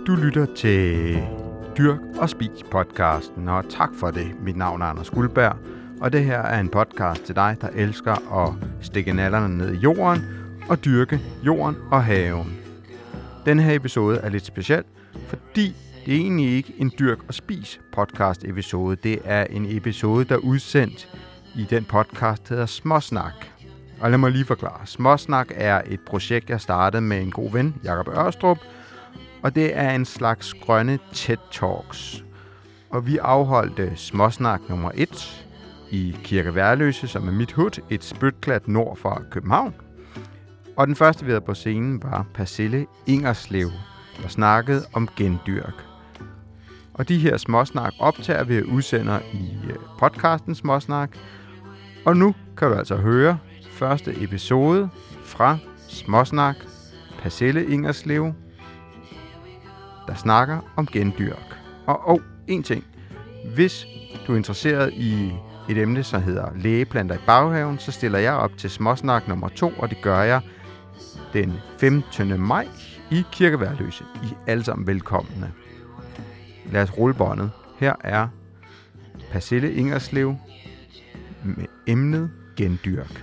Du lytter til Dyrk og Spis podcasten, og tak for det. Mit navn er Anders Guldberg, og det her er en podcast til dig, der elsker at stikke nallerne ned i jorden og dyrke jorden og haven. Denne her episode er lidt speciel, fordi det er egentlig ikke en Dyrk og Spis podcast episode. Det er en episode, der er udsendt i den podcast, der hedder Småsnak. Og lad mig lige forklare. Småsnak er et projekt, jeg startede med en god ven, Jakob Ørstrup, og det er en slags grønne TED Talks. Og vi afholdte Småsnak nummer 1 i Kirke Værløse, som er mit hud, et spytklat nord for København. Og den første, vi havde på scenen, var Persille Ingerslev, der snakkede om gendyrk. Og de her småsnak optager vi og udsender i podcasten Småsnak. Og nu kan du altså høre første episode fra Småsnak Persille Ingerslev, der snakker om gendyrk. Og en ting. Hvis du er interesseret i et emne, som hedder lægeplanter i baghaven, så stiller jeg op til Småsnak nummer 2, og det gør jeg den 15. maj i Kirke Værløse. I er alle sammen velkomne. Lad os rulle båndet. Her er Persille Ingerslev med emnet gendyrk.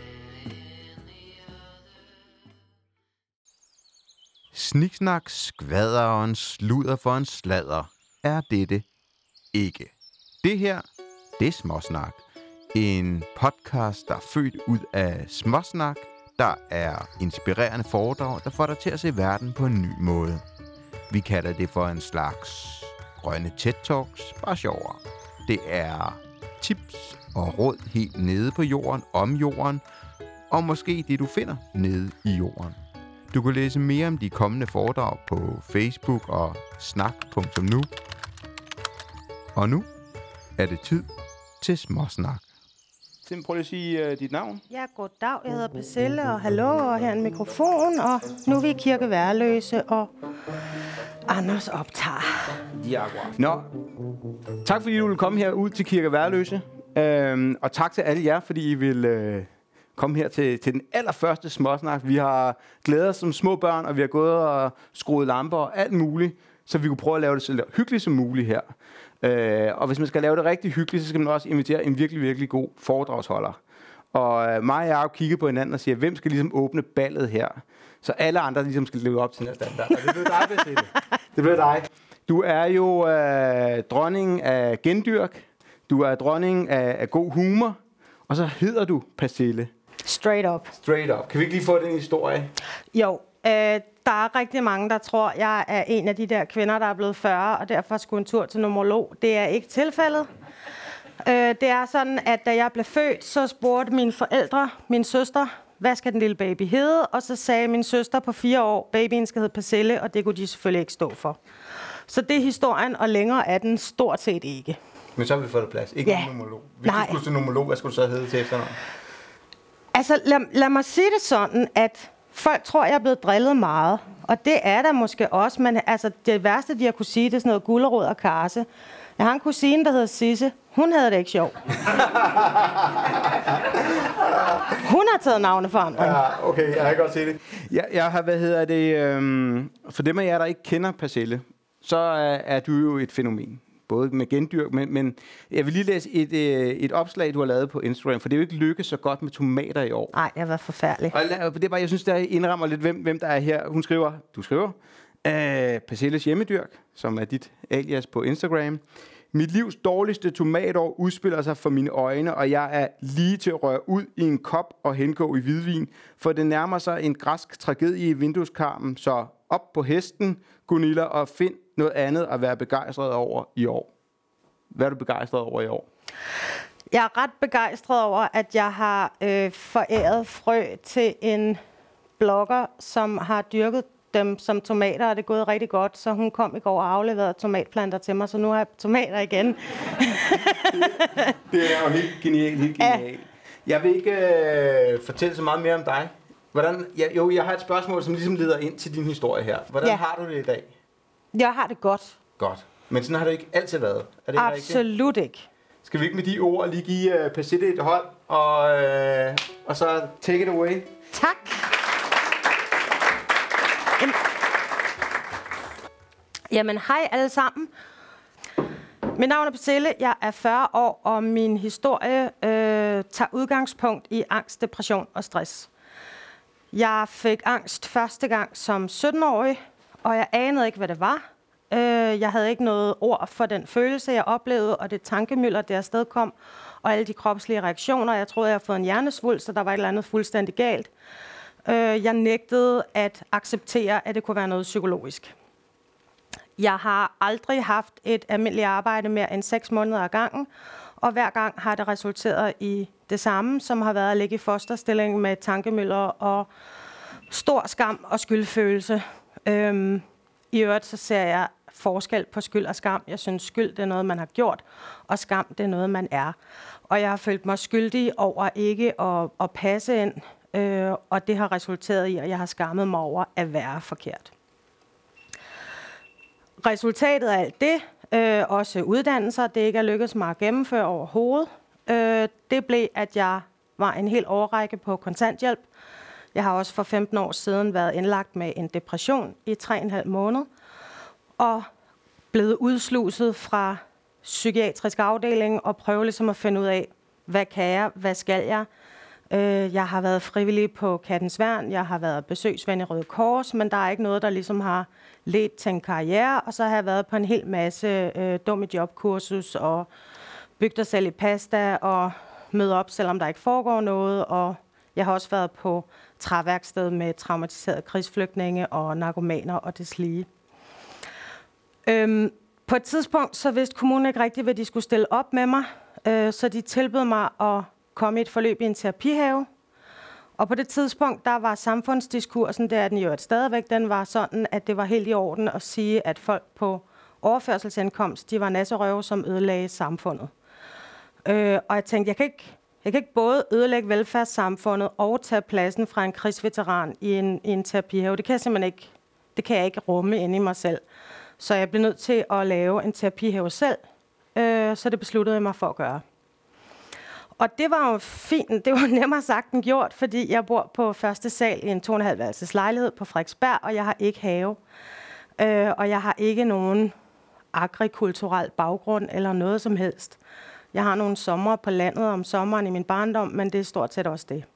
Sniksnak, skvadder og en sludder for en sladder er dette ikke. Det her, det er Småsnak. En podcast, der er født ud af småsnak, der er inspirerende foredrag, der får dig til at se verden på en ny måde. Vi kalder det for en slags grønne TED Talks, bare sjovere. Det er tips og råd helt nede på jorden, om jorden, og måske det, du finder nede i jorden. Du kan læse mere om de kommende foredrag på Facebook og snak.nu. Og nu er det tid til Småsnak. Prøv lige at sige dit navn. Ja, goddag. Jeg hedder Persille, og hallo, og her er en mikrofon, og nu er vi i Kirke Værløse, og Anders optager. Ja, nå, tak fordi du vil komme her ud til Kirke Værløse, og tak til alle jer, fordi I vil komme her til den allerførste Småsnak. Vi har glædet os som små børn, og vi har gået og skruet lamper og alt muligt, så vi kunne prøve at lave det så hyggeligt som muligt her. Og hvis man skal lave det rigtig hyggeligt, så skal man også invitere en virkelig, virkelig god foredragsholder. Og mig og jeg har jo kigget på hinanden og siger, hvem skal ligesom åbne ballet her? Så alle andre ligesom skal leve op til den her standard. Og det bliver dig, Persille. Det bliver dig. Du er jo dronningen af gendyrk. Du er dronningen af god humor. Og så hedder du Persille. Straight up. Straight up. Kan vi ikke lige få den historie? Jo, der er rigtig mange, der tror, jeg er en af de der kvinder, der er blevet 40, og derfor skulle en tur til numerolog. Det er ikke tilfældet. Det er sådan, at da jeg blev født, så spurgte mine forældre, min søster, hvad skal den lille baby hedde? Og så sagde min søster på 4 år, babyen skal hedde Persille, og det kunne de selvfølgelig ikke stå for. Så det er historien, og længere er den stort set ikke. Men så har vi fået plads. Ikke en numerolog. Hvis du skulle til numerolog, hvad skulle du så hedde til efternavn? Altså, lad mig sige det sådan, at folk tror, jeg er blevet drillet meget. Og det er der måske også, men altså, det værste, de har kunne sige, det er sådan noget gulerod og karse. Jeg har en kusine, der hedder Sisse. Hun havde det ikke sjovt. Hun har taget navneforandring. Ja, okay, jeg har godt set det. Jeg har, for dem af jer, der ikke kender Persille, så er du jo et fænomen. Både med gendyrk, men jeg vil lige læse et opslag, du har lavet på Instagram, for det er jo ikke lykkes så godt med tomater i år. Nej, jeg var forfærdelig. Og det er bare, jeg synes, der indrammer lidt, hvem der er her. Du skriver, Persilles hjemmedyrk, som er dit alias på Instagram. Mit livs dårligste tomatår udspiller sig for mine øjne, og jeg er lige til at røre ud i en kop og hengå i hvidvin, for det nærmer sig en græsk tragedie i vindueskarmen, så op på hesten, Gunilla, og find noget andet at være begejstret over i år. Hvad er du begejstret over i år? Jeg er ret begejstret over, at jeg har foræret frø til en blogger, som har dyrket dem som tomater, og det er gået rigtig godt. Så hun kom i går og afleverede tomatplanter til mig, så nu har jeg tomater igen. Det er jo helt genialt, Ja. Jeg vil ikke fortælle så meget mere om dig. Jeg har et spørgsmål, som ligesom leder ind til din historie her. Hvordan har du det i dag? Jeg har det godt. Godt. Men sådan har det ikke altid været. Er det absolut ikke? Skal vi ikke med de ord lige give Persille et hold, og så take it away? Tak. Jamen, hej alle sammen. Mit navn er Priscille, jeg er 40 år, og min historie tager udgangspunkt i angst, depression og stress. Jeg fik angst første gang som 17-årig, og jeg anede ikke, hvad det var. Jeg havde ikke noget ord for den følelse, jeg oplevede, og det tankemylder, det afsted kom, og alle de kropslige reaktioner. Jeg troede, jeg havde fået en hjernesvulst, så der var et eller andet fuldstændig galt. Jeg nægtede at acceptere, at det kunne være noget psykologisk. Jeg har aldrig haft et almindeligt arbejde mere end 6 måneder ad gangen, og hver gang har det resulteret i det samme, som har været at ligge i fosterstilling med tankemylder og stor skam og skyldfølelse. I øvrigt så ser jeg forskel på skyld og skam. Jeg synes, skyld det er noget, man har gjort, og skam det er noget, man er. Og jeg har følt mig skyldig over ikke at passe ind, og det har resulteret i, at jeg har skammet mig over at være forkert. Resultatet af alt det, også uddannelser, det ikke er lykkedes mig at gennemføre overhovedet, det blev, at jeg var en hel årrække på kontanthjælp. Jeg har også for 15 år siden været indlagt med en depression i 3,5 måneder, og blevet udsluset fra psykiatrisk afdeling og prøve ligesom at finde ud af, hvad kan jeg, hvad skal jeg. Jeg har været frivillig på Kattens Værn, jeg har været besøgsven i Røde Kors, men der er ikke noget, der ligesom har ledt til en karriere, og så har jeg været på en hel masse dumme jobkursus og bygget dig selv i pasta og møde op, selvom der ikke foregår noget, og jeg har også været på træværksted med traumatiserede krigsflygtninge og narkomaner og deslige. På et tidspunkt så vidste kommunen ikke rigtigt, hvad de skulle stille op med mig, så de tilbød mig at komme i et forløb i en terapihave. Og på det tidspunkt, der var samfundsdiskursen, det er den jo stadigvæk, den var sådan, at det var helt i orden at sige, at folk på overførselsindkomst, de var nasserøve, som ødelagde samfundet. Og jeg tænkte, jeg kan ikke både ødelægge velfærdssamfundet og tage pladsen fra en krigsveteran i en terapihave. Det kan jeg simpelthen ikke, det kan jeg ikke rumme inde i mig selv. Så jeg blev nødt til at lave en terapihave selv, så det besluttede jeg mig for at gøre. Og det var jo fint, det var nemmere sagt end gjort, fordi jeg bor på første sal i en 2,5-værelses lejlighed på Frederiksberg, og jeg har ikke have. Og jeg har ikke nogen agrikulturel baggrund eller noget som helst. Jeg har nogle sommer på landet om sommeren i min barndom, men det er stort set også det.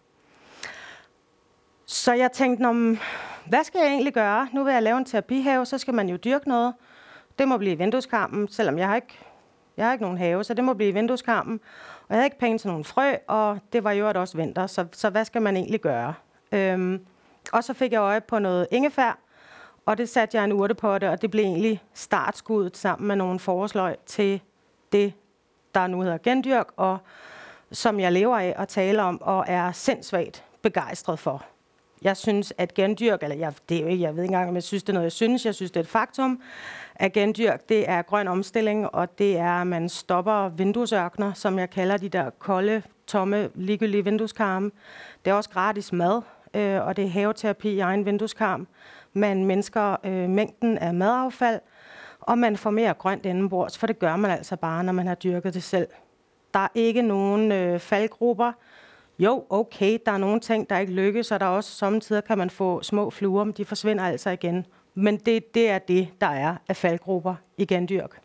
Så jeg tænkte, hvad skal jeg egentlig gøre? Nu vil jeg lave en terapihave, så skal man jo dyrke noget. Det må blive vindueskarmen, selvom jeg har ikke nogen have, så det må blive vindueskarmen. Og jeg havde ikke penge til nogen frø, og det var jo også vinter, så hvad skal man egentlig gøre? Og så fik jeg øje på noget ingefær, og det satte jeg en urtepotte, og det blev egentlig startskuddet sammen med nogle forårsløg til det, der nu hedder gendyrk, og som jeg lever af at tale om, og er sindssygt begejstret for. Jeg synes, at gendyrk, eller jeg ved ikke engang, om jeg synes, det er noget, jeg synes, det er et faktum, at gendyrk, det er grøn omstilling, og det er, at man stopper vinduesørkner, som jeg kalder de der kolde, tomme, ligegyldige vindueskarme. Det er også gratis mad, og det er haveterapi i egen vindueskarm. Man mindsker mængden af madaffald, og man får mere grønt indenbords, for det gør man altså bare, når man har dyrket det selv. Der er ikke nogen faldgrupper. Jo, okay, der er nogle ting, der ikke lykkes, og der er også samtidig kan man få små fluer, men de forsvinder altså igen. Men det er det, der er af faldgrupper i gendyrk.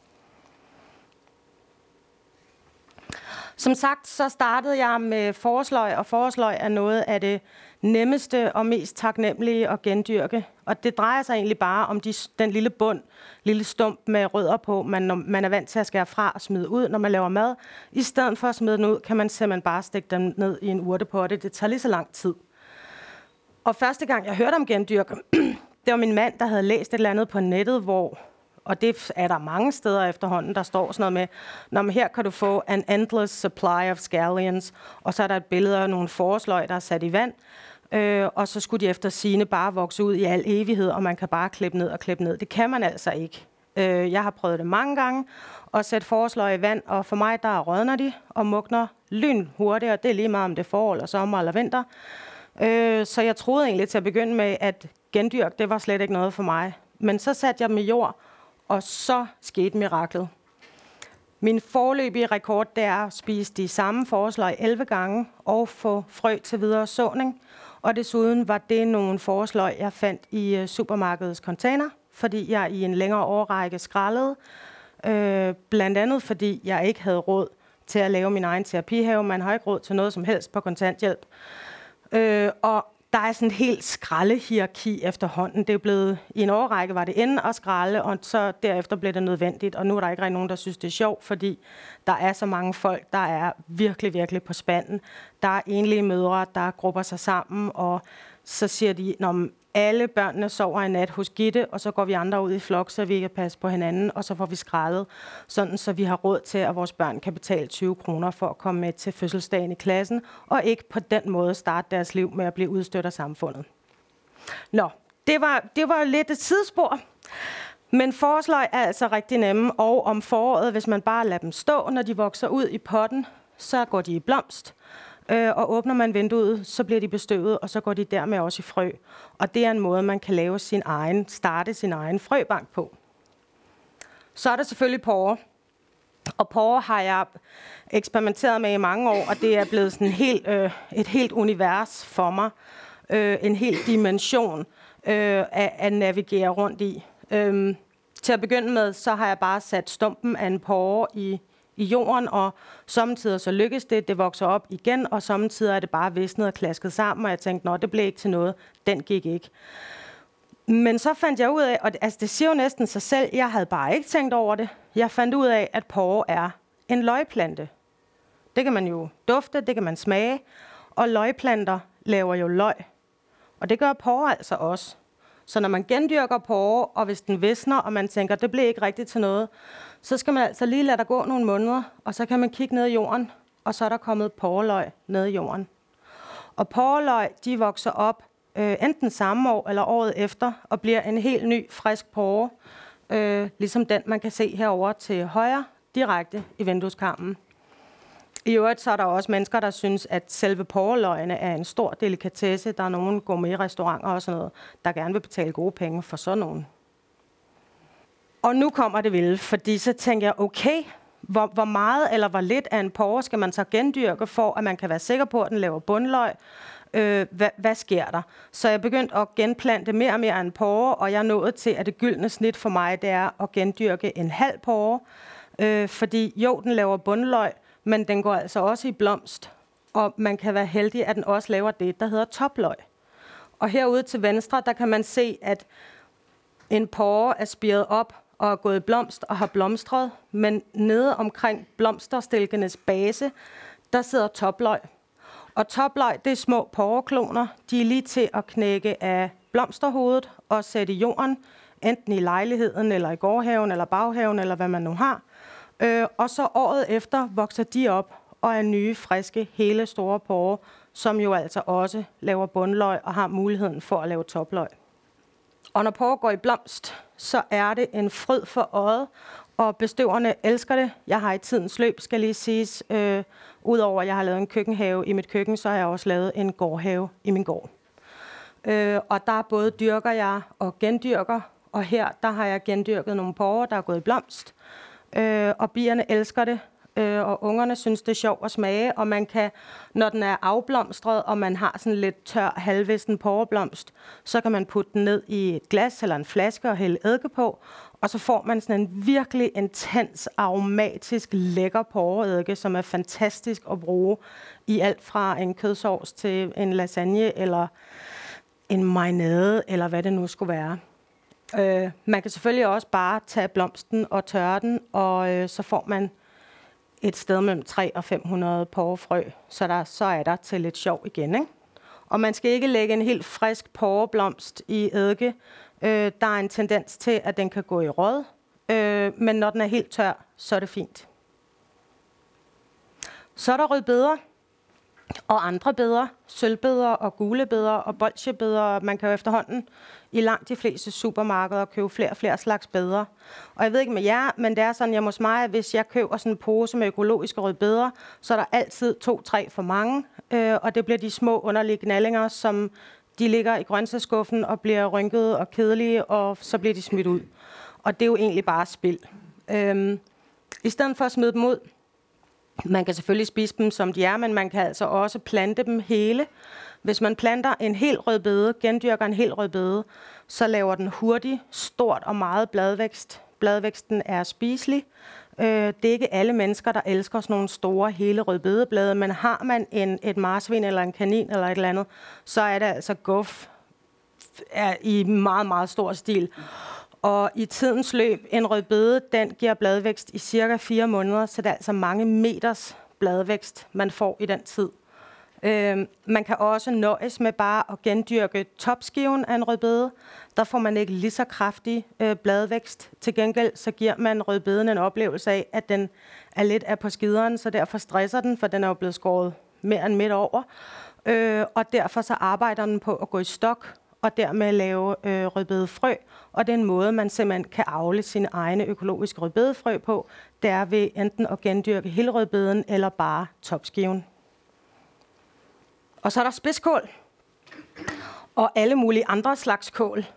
Som sagt, så startede jeg med forårsløg, og forårsløg er noget af det nemmeste og mest taknemmelige at gendyrke. Og det drejer sig egentlig bare om den lille bund, lille stump med rødder på, man er vant til at skære fra og smide ud, når man laver mad. I stedet for at smide den ud, kan man simpelthen bare stikke den ned i en urtepotte. Det tager lige så lang tid. Og første gang, jeg hørte om gendyrk, det var min mand, der havde læst et eller andet på nettet, og det er der mange steder efterhånden, der står sådan noget med, her kan du få an endless supply of scallions, og så er der et billede af nogle forårsløg, der er sat i vand, og så skulle de efter sigende bare vokse ud i al evighed, og man kan bare klippe ned og klippe ned. Det kan man altså ikke. Jeg har prøvet det mange gange, at sætte forårsløg i vand, og for mig, der rådner de og mugner lynhurtigt, og det er lige meget om det er forår eller sommer eller vinter. Så jeg troede egentlig til at begynde med, at gendyrk, det var slet ikke noget for mig. Men så satte jeg dem i jord, og så skete miraklet. Min foreløbige rekord, det er at spise de samme forårsløg 11 gange og få frø til videre såning. Og desuden var det nogle forårsløg, jeg fandt i supermarkedets container, fordi jeg i en længere årrække skraldede. Blandt andet fordi jeg ikke havde råd til at lave min egen terapihave. Man har ikke råd til noget som helst på kontanthjælp. Og der er sådan et helt skraldehierarki efterhånden. Det er blevet, i en årrække var det inden at skralde, og så derefter blev det nødvendigt. Og nu er der ikke rigtig nogen, der synes, det er sjovt, fordi der er så mange folk, der er virkelig, virkelig på spanden. Der er enlige mødre, der grupper sig sammen, og så siger de, når alle børnene sover i nat hos Gitte, og så går vi andre ud i flok, så vi kan passe på hinanden, og så får vi skraldet, sådan så vi har råd til, at vores børn kan betale 20 kroner for at komme med til fødselsdagen i klassen, og ikke på den måde starte deres liv med at blive udstødt af samfundet. Nå, det var lidt et sidespor, men forårsløg er altså rigtig nemme, og om foråret, hvis man bare lader dem stå, når de vokser ud i potten, så går de i blomst. Og åbner man vinduet, så bliver de bestøvet, og så går de dermed også i frø. Og det er en måde, man kan lave starte sin egen frøbank på. Så er der selvfølgelig porre. Og porre har jeg eksperimenteret med i mange år, og det er blevet sådan et helt univers for mig. En hel dimension at navigere rundt i. Til at begynde med, så har jeg bare sat stumpen af en porre i jorden, og samtidig så lykkes det vokser op igen, og samtidig er det bare visnet og klasket sammen, og jeg tænkte, det blev ikke til noget, den gik ikke. Men så fandt jeg ud af, og det siger jo næsten sig selv, jeg havde bare ikke tænkt over det. Jeg fandt ud af, at porre er en løgplante. Det kan man jo dufte, det kan man smage, og løgplanter laver jo løg. Og det gør porre altså også. Så når man gendyrker porre, og hvis den visner, og man tænker, det blev ikke rigtigt til noget, så skal man altså lige lade der gå nogle måneder, og så kan man kigge ned i jorden, og så er der kommet porreløg ned i jorden. Og porreløg, de vokser op enten samme år eller året efter, og bliver en helt ny, frisk porre, ligesom den, man kan se herovre til højre, direkte i vindueskarmen. I øvrigt så er der også mennesker, der synes, at selve porreløgene er en stor delikatesse. Der er nogle gourmet-restauranter og sådan noget, der gerne vil betale gode penge for sådan nogen. Og nu kommer det vilde, fordi så tænker jeg, okay, hvor meget eller hvor lidt af en porre skal man så gendyrke, for at man kan være sikker på, at den laver bundløg? Hvad sker der? Så jeg begyndte at genplante mere og mere af en porre, og jeg nåede til, at det gyldne snit for mig, det er at gendyrke en halv porre. Fordi jo, den laver bundløg, men den går altså også i blomst, og man kan være heldig, at den også laver det, der hedder topløg. Og herude til venstre, der kan man se, at en porre er spiret op og er gået i blomst og har blomstret, men nede omkring blomsterstilkenes base, der sidder topløg. Og topløg, det er små porrekloner. De er lige til at knække af blomsterhovedet og sætte i jorden, enten i lejligheden, eller i gårdhaven, eller baghaven, eller hvad man nu har. Og så året efter vokser de op og er nye, friske, hele store porre, som jo altså også laver bundløg og har muligheden for at lave topløg. Og når porre går i blomst, så er det en fryd for øjet, og bestøverne elsker det. Jeg har i tidens løb, skal lige siges, udover at jeg har lavet en køkkenhave i mit køkken, så har jeg også lavet en gårdhave i min gård. Og der både dyrker jeg og gendyrker, og her der har jeg gendyrket nogle porre, der er gået i blomst. Og bierne elsker det, og ungerne synes, det er sjovt at smage, og man kan, når den er afblomstret, og man har sådan lidt tør, halvvissen porreblomst, så kan man putte den ned i et glas eller en flaske og hælde eddike på, og så får man sådan en virkelig intens, aromatisk, lækker porreeddike, som er fantastisk at bruge i alt fra en kødsovs til en lasagne, eller en marinade, eller hvad det nu skulle være. Man kan selvfølgelig også bare tage blomsten og tørre den, og så får man et sted mellem 300 og 500 porrefrø, så er der til lidt sjov igen, ikke? Og man skal ikke lægge en helt frisk porreblomst i eddike. Der er en tendens til, at den kan gå i råd, men når den er helt tør, så er det fint. Så er der rødbeder og andre beder, sølvbeder og gule beder og bolsjebeder. Man kan jo efterhånden i langt de fleste supermarkeder købe flere og flere slags beder. Og jeg ved ikke med jer, men det er sådan hjemme hos mig, at hvis jeg køber sådan en pose med økologiske rødbeder, så er der altid 2-3 for mange. Og det bliver de små underlige gnallinger, som de ligger i grøntsagsskuffen og bliver rynkede og kedelige, og så bliver de smidt ud. Og det er jo egentlig bare spild. I stedet for at smide dem ud, man kan selvfølgelig spise dem, som de er, men man kan altså også plante dem hele. Hvis man planter en hel rødbede, gendyrker en hel rødbede, så laver den hurtigt, stort og meget bladvækst. Bladvæksten er spiselig. Det er ikke alle mennesker, der elsker sådan nogle store, hele rødbedeblade, men har man et marsvin eller en kanin eller et eller andet, så er det altså guf i meget, meget stor stil. Og i tidens løb, en rødbede, den giver bladvækst i cirka 4 måneder, så det er altså mange meters bladvækst, man får i den tid. Man kan også nøjes med bare at gendyrke topskiven af en rødbede. Der får man ikke lige så kraftig bladvækst. Til gengæld så giver man rødbeden en oplevelse af, at den er lidt af på skideren, så derfor stresser den, for den er jo blevet skåret mere end midt over. Og derfor så arbejder den på at gå i stok og dermed lave rødbedefrø. Og det er en måde, man simpelthen kan avle sine egne økologiske rødbedefrø på. Det er ved enten at gendyrke hele rødbeden eller bare topskiven. Og så er der spidskål og alle mulige andre slags kål.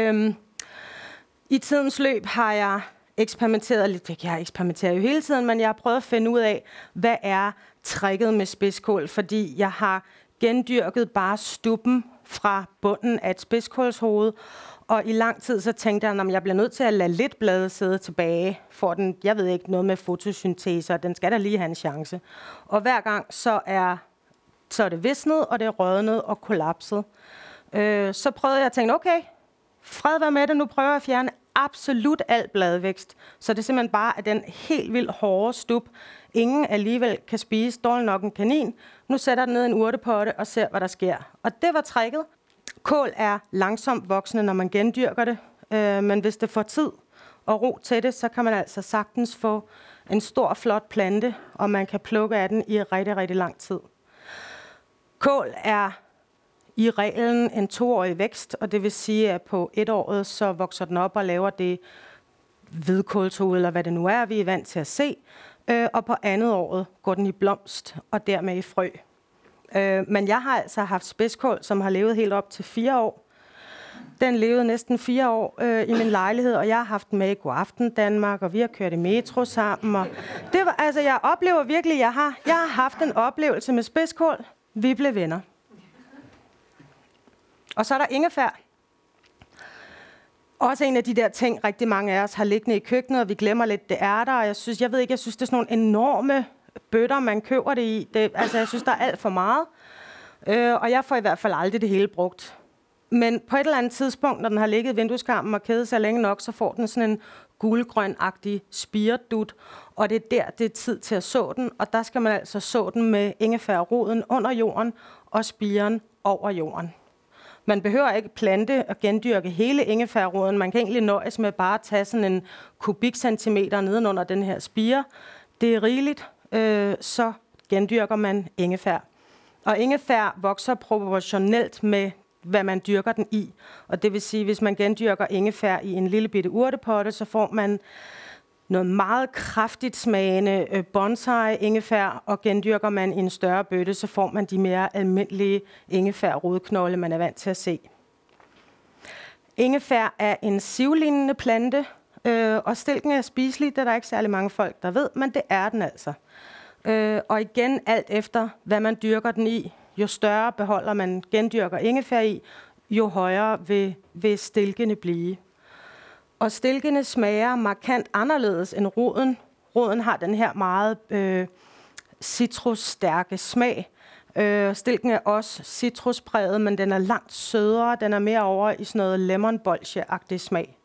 I tidens løb har jeg eksperimenteret lidt. Jeg eksperimenterer jo hele tiden, men jeg har prøvet at finde ud af, hvad er tricket med spidskål. Fordi jeg har gendyrket bare stubben fra bunden af et spidskålshoved. Og i lang tid så tænkte jeg, at jeg bliver nødt til at lade lidt blade sidde tilbage. For den, jeg ved ikke, noget med fotosyntese, den skal da lige have en chance. Og hver gang så er det visnet, og det er rådnet og kollapset. Så prøvede jeg at tænke, okay, fred være med det, nu prøver jeg at fjerne absolut al bladvækst. Så det simpelthen bare er den helt vildt hårde stub. Ingen alligevel kan spise, dårligt nok en kanin. Nu sætter den ned i en urtepotte og ser, hvad der sker. Og det var tricket. Kål er langsomt voksende, når man gendyrker det. Men hvis det får tid og ro til det, så kan man altså sagtens få en stor, flot plante, og man kan plukke af den i rigtig, rigtig lang tid. Kål er i reglen en 2-årig vækst, og det vil sige, at på 1 år så vokser den op og laver det hvidkålshoved, eller hvad det nu er, vi er vant til at se. Og på 2. året går den i blomst, og dermed i frø. Men jeg har altså haft spidskål, som har levet helt op til 4 år. Den levede næsten 4 år i min lejlighed, og jeg har haft den med i Godaften Danmark, og vi har kørt i metro sammen. Og det var, altså, jeg oplever virkelig, jeg har haft en oplevelse med spidskål. Vi blev venner. Og så er der ingefær. Også en af de der ting, rigtig mange af os har liggende i køkkenet, og vi glemmer lidt, det er der. Og jeg synes det er sådan nogle enorme bøtter, man køber det i. Jeg synes, der er alt for meget. Og jeg får i hvert fald aldrig det hele brugt. Men på et eller andet tidspunkt, når den har ligget i vindueskarmen og kædet sig længe nok, så får den sådan en gulgrøn-agtig spiredut. Og det er der, det er tid til at så den. Og der skal man altså så den med ingefærroden under jorden og spiren over jorden. Man behøver ikke plante og gendyrke hele ingefærroden. Man kan egentlig nøjes med bare at tage sådan en kubikcentimeter nedenunder den her spire. Det er rigeligt, så gendyrker man ingefær. Og ingefær vokser proportionelt med, hvad man dyrker den i. Og det vil sige, hvis man gendyrker ingefær i en lille bitte urtepotte, så får man noget meget kraftigt smagende bonsai ingefær, og gendyrker man i en større bøtte, så får man de mere almindelige ingefær-rodknolde, man er vant til at se. Ingefær er en sivlignende plante, og stilken er spiselig, det er der ikke særlig mange folk, der ved, men det er den altså. Og igen, alt efter hvad man dyrker den i, jo større beholder man gendyrker ingefær i, jo højere vil stilkene blive. Og stilkene smager markant anderledes end roden. Roden har den her meget citrusstærke smag. Stilken er også citruspræget, men den er langt sødere. Den er mere over i sådan noget lemon-bolsje-agtig smag.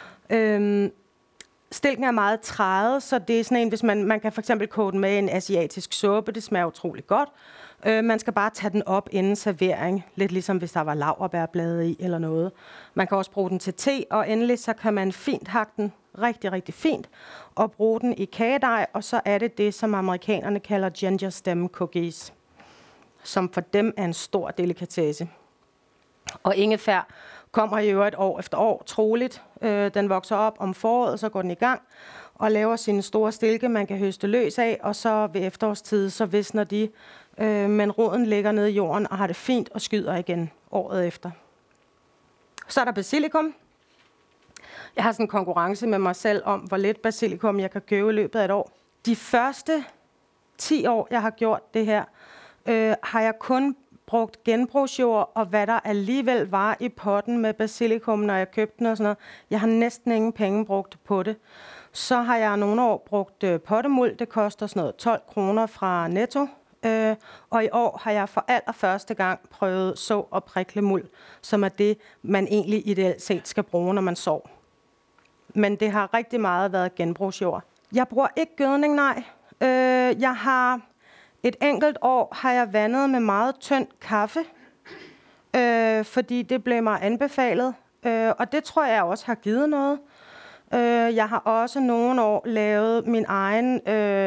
Stilken er meget træet, så det er sådan en, hvis man kan for eksempel koge den med en asiatisk suppe. Det smager utrolig godt. Man skal bare tage den op inden servering, lidt ligesom hvis der var laurbærblade i eller noget. Man kan også bruge den til te, og endelig så kan man fint hakke den rigtig, rigtig fint og bruge den i kagedej, og så er det, som amerikanerne kalder ginger stem cookies, som for dem er en stor delikatesse. Og ingefær kommer i øvrigt år efter år, troligt. Den vokser op om foråret, så går den i gang og laver sine store stilke, man kan høste løs af, og så ved efterårstid, så visner de. Men roden ligger nede i jorden og har det fint og skyder igen året efter. Så er der basilikum. Jeg har sådan en konkurrence med mig selv om, hvor lidt basilikum jeg kan købe i løbet af et år. De første 10 år, jeg har gjort det her, har jeg kun brugt genbrugsjord, og hvad der alligevel var i potten med basilikum, når jeg købte den og sådan noget. Jeg har næsten ingen penge brugt på det. Så har jeg nogle år brugt pottemuld. Det koster sådan noget 12 kroner fra Netto. Og i år har jeg for allerførste gang prøvet så- og priklemuld, som er det, man egentlig ideelt set skal bruge, når man sår. Men det har rigtig meget været genbrugsjord. Jeg bruger ikke gødning, nej. Jeg har et enkelt år har jeg vandet med meget tynd kaffe, fordi det blev mig anbefalet. Og det tror jeg også har givet noget. Jeg har også nogle år lavet min egen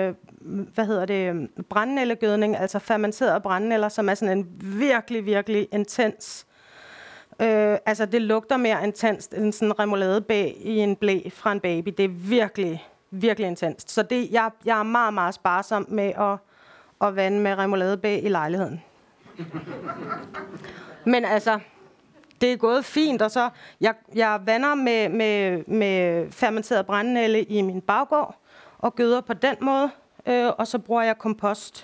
brændenællegødning, altså fermenterede brændenælder, som er sådan en virkelig, virkelig intens. Altså det lugter mere intenst end sådan en remouladebæ i en blæ fra en baby. Det er virkelig, virkelig intenst. Så det, jeg er meget, meget sparsom med at vande med remouladebæ i lejligheden. Men altså, det er gået fint, og så jeg vander med fermenteret brændenælde i min baggård og gøder på den måde, og så bruger jeg kompost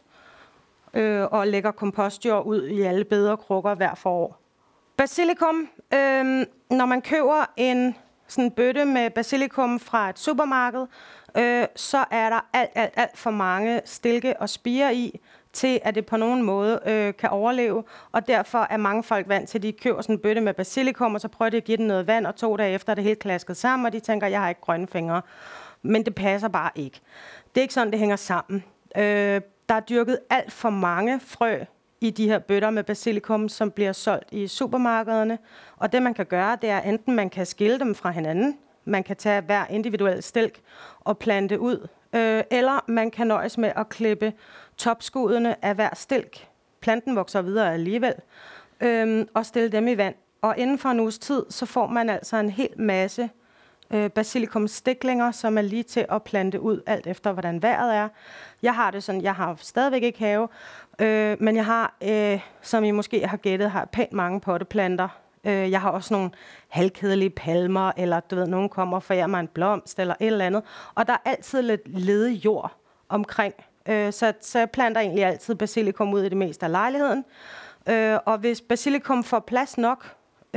og lægger kompostjord ud i alle bederkrukker hver forår. Basilikum, når man køber en sådan bøtte med basilikum fra et supermarked, så er der alt for mange stilke og spirer i, til at det på nogen måde kan overleve. Og derfor er mange folk vant til, at de køber sådan en bøtte med basilikum, og så prøver de at give den noget vand, og 2 dage efter er det helt klasket sammen, og de tænker, jeg har ikke grønne fingre. Men det passer bare ikke. Det er ikke sådan, det hænger sammen. Der er dyrket alt for mange frø i de her bøtter med basilikum, som bliver solgt i supermarkederne. Og det man kan gøre, det er enten man kan skille dem fra hinanden, man kan tage hver individuel stilk og plante ud, eller man kan nøjes med at klippe topskuddene af hver stilk. Planten vokser videre alligevel, og stille dem i vand. Og inden for en uges tid, så får man altså en hel masse basilikumstiklinger, som er lige til at plante ud, alt efter hvordan vejret er. Jeg har det sådan, jeg har stadigvæk ikke have, men jeg har, som I måske har gættet, har pænt mange potteplanter. Jeg har også nogle halvkedelige palmer, eller du ved, nogen kommer og forærer mig en blomst, eller et eller andet. Og der er altid lidt ledig jord omkring. Så jeg planter egentlig altid basilikum ud i det meste af lejligheden. Og hvis basilikum får plads nok,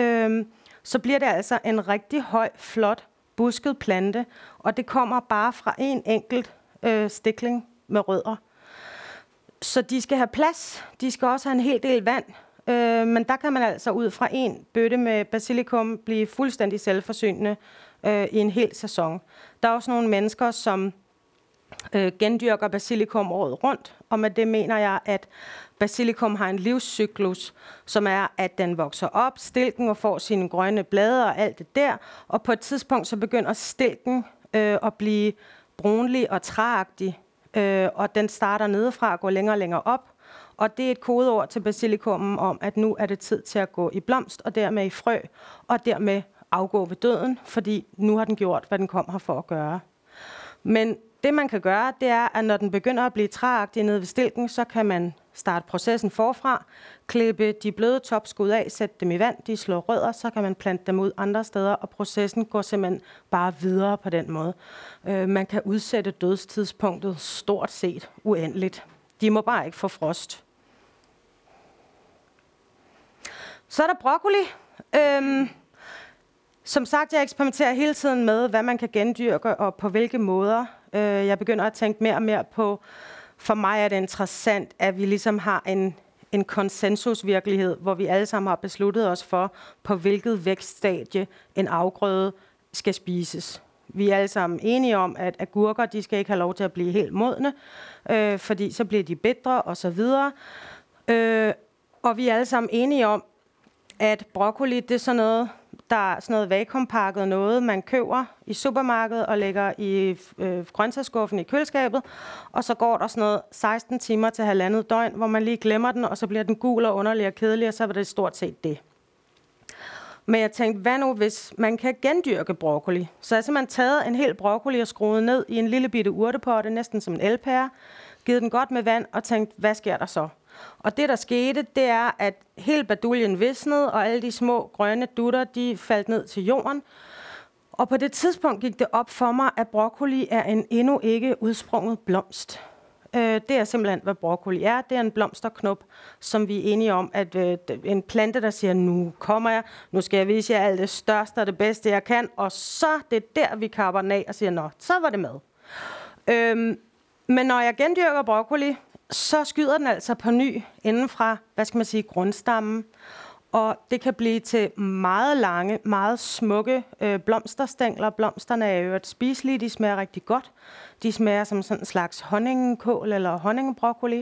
så bliver det altså en rigtig høj, flot, busket plante. Og det kommer bare fra en enkelt stikling med rødder. Så de skal have plads. De skal også have en hel del vand. Men der kan man altså ud fra en bøtte med basilikum blive fuldstændig selvforsynende i en hel sæson. Der er også nogle mennesker, som gendyrker basilikum året rundt, og med det mener jeg, at basilikum har en livscyklus, som er, at den vokser op, stilken og får sine grønne blade og alt det der, og på et tidspunkt så begynder stilken at blive brunlig og træagtig, og den starter nedefra og går længere og længere op, og det er et kodeord til basilikummen om, at nu er det tid til at gå i blomst, og dermed i frø, og dermed afgå ved døden, fordi nu har den gjort, hvad den kom her for at gøre. Men det man kan gøre, det er, at når den begynder at blive træagtig nede ved stilken, så kan man starte processen forfra, klippe de bløde topskud af, sætte dem i vand, de slår rødder, så kan man plante dem ud andre steder, og processen går simpelthen bare videre på den måde. Man kan udsætte dødstidspunktet stort set uendeligt. De må bare ikke få frost. Så er der broccoli. Som sagt, jeg eksperimenterer hele tiden med, hvad man kan gendyrke og på hvilke måder. Jeg begynder at tænke mere og mere på, for mig er det interessant, at vi ligesom har en konsensusvirkelighed, hvor vi alle sammen har besluttet os for, på hvilket vækststadie en afgrøde skal spises. Vi er alle sammen enige om, at agurker, de skal ikke have lov til at blive helt modne, fordi så bliver de bitre og så videre. Og vi er alle sammen enige om, at broccoli, det er sådan noget vakuumpakket noget, man køber i supermarkedet og lægger i grøntsagsskuffen i køleskabet, og så går der sådan noget 16 timer til 1,5 døgn, hvor man lige glemmer den, og så bliver den gul og underlig og kedelig, og så var det stort set det. Men jeg tænkte, hvad nu hvis man kan gendyrke broccoli? Så jeg har simpelthen taget en hel broccoli og skruet ned i en lille bitte urtepotte, næsten som en elpære, givet den godt med vand og tænkt, hvad sker der så? Og det, der skete, det er, at hele baduljen visnede, og alle de små grønne dutter, de faldt ned til jorden. Og på det tidspunkt gik det op for mig, at broccoli er en endnu ikke udsprunget blomst. Det er simpelthen, hvad broccoli er. Det er en blomsterknop, som vi er enige om, at en plante, der siger, nu kommer jeg, nu skal jeg vise jer alt det største og det bedste, jeg kan, og så det er der, vi kapper den af og siger, nå, så var det med. Men når jeg gendyrker broccoli, så skyder den altså på ny inden fra, grundstammen. Og det kan blive til meget lange, meget smukke blomsterstængler. Blomsterne er jo spiselige, de smager rigtig godt. De smager som sådan en slags honningkål eller honningbroccoli.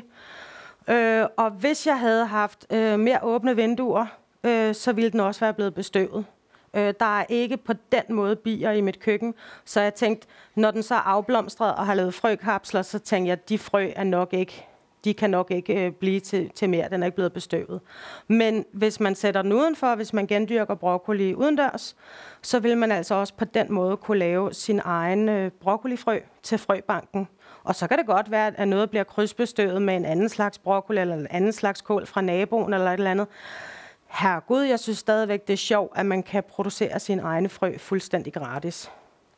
Og hvis jeg havde haft mere åbne vinduer, så ville den også være blevet bestøvet. Der er ikke på den måde bier i mit køkken, så jeg tænkte, når den så er afblomstret og har lavet frøkapsler, så tænkte jeg, at de frø er nok ikke, de kan nok ikke blive til mere, den er ikke blevet bestøvet. Men hvis man sætter den udenfor, hvis man gendyrker broccoli udendørs, så vil man altså også på den måde kunne lave sin egen broccolifrø til frøbanken. Og så kan det godt være, at noget bliver krydsbestøvet med en anden slags broccoli eller en anden slags kål fra naboen eller et eller andet. Herregud, jeg synes stadigvæk, det er sjovt, at man kan producere sine egne frø fuldstændig gratis.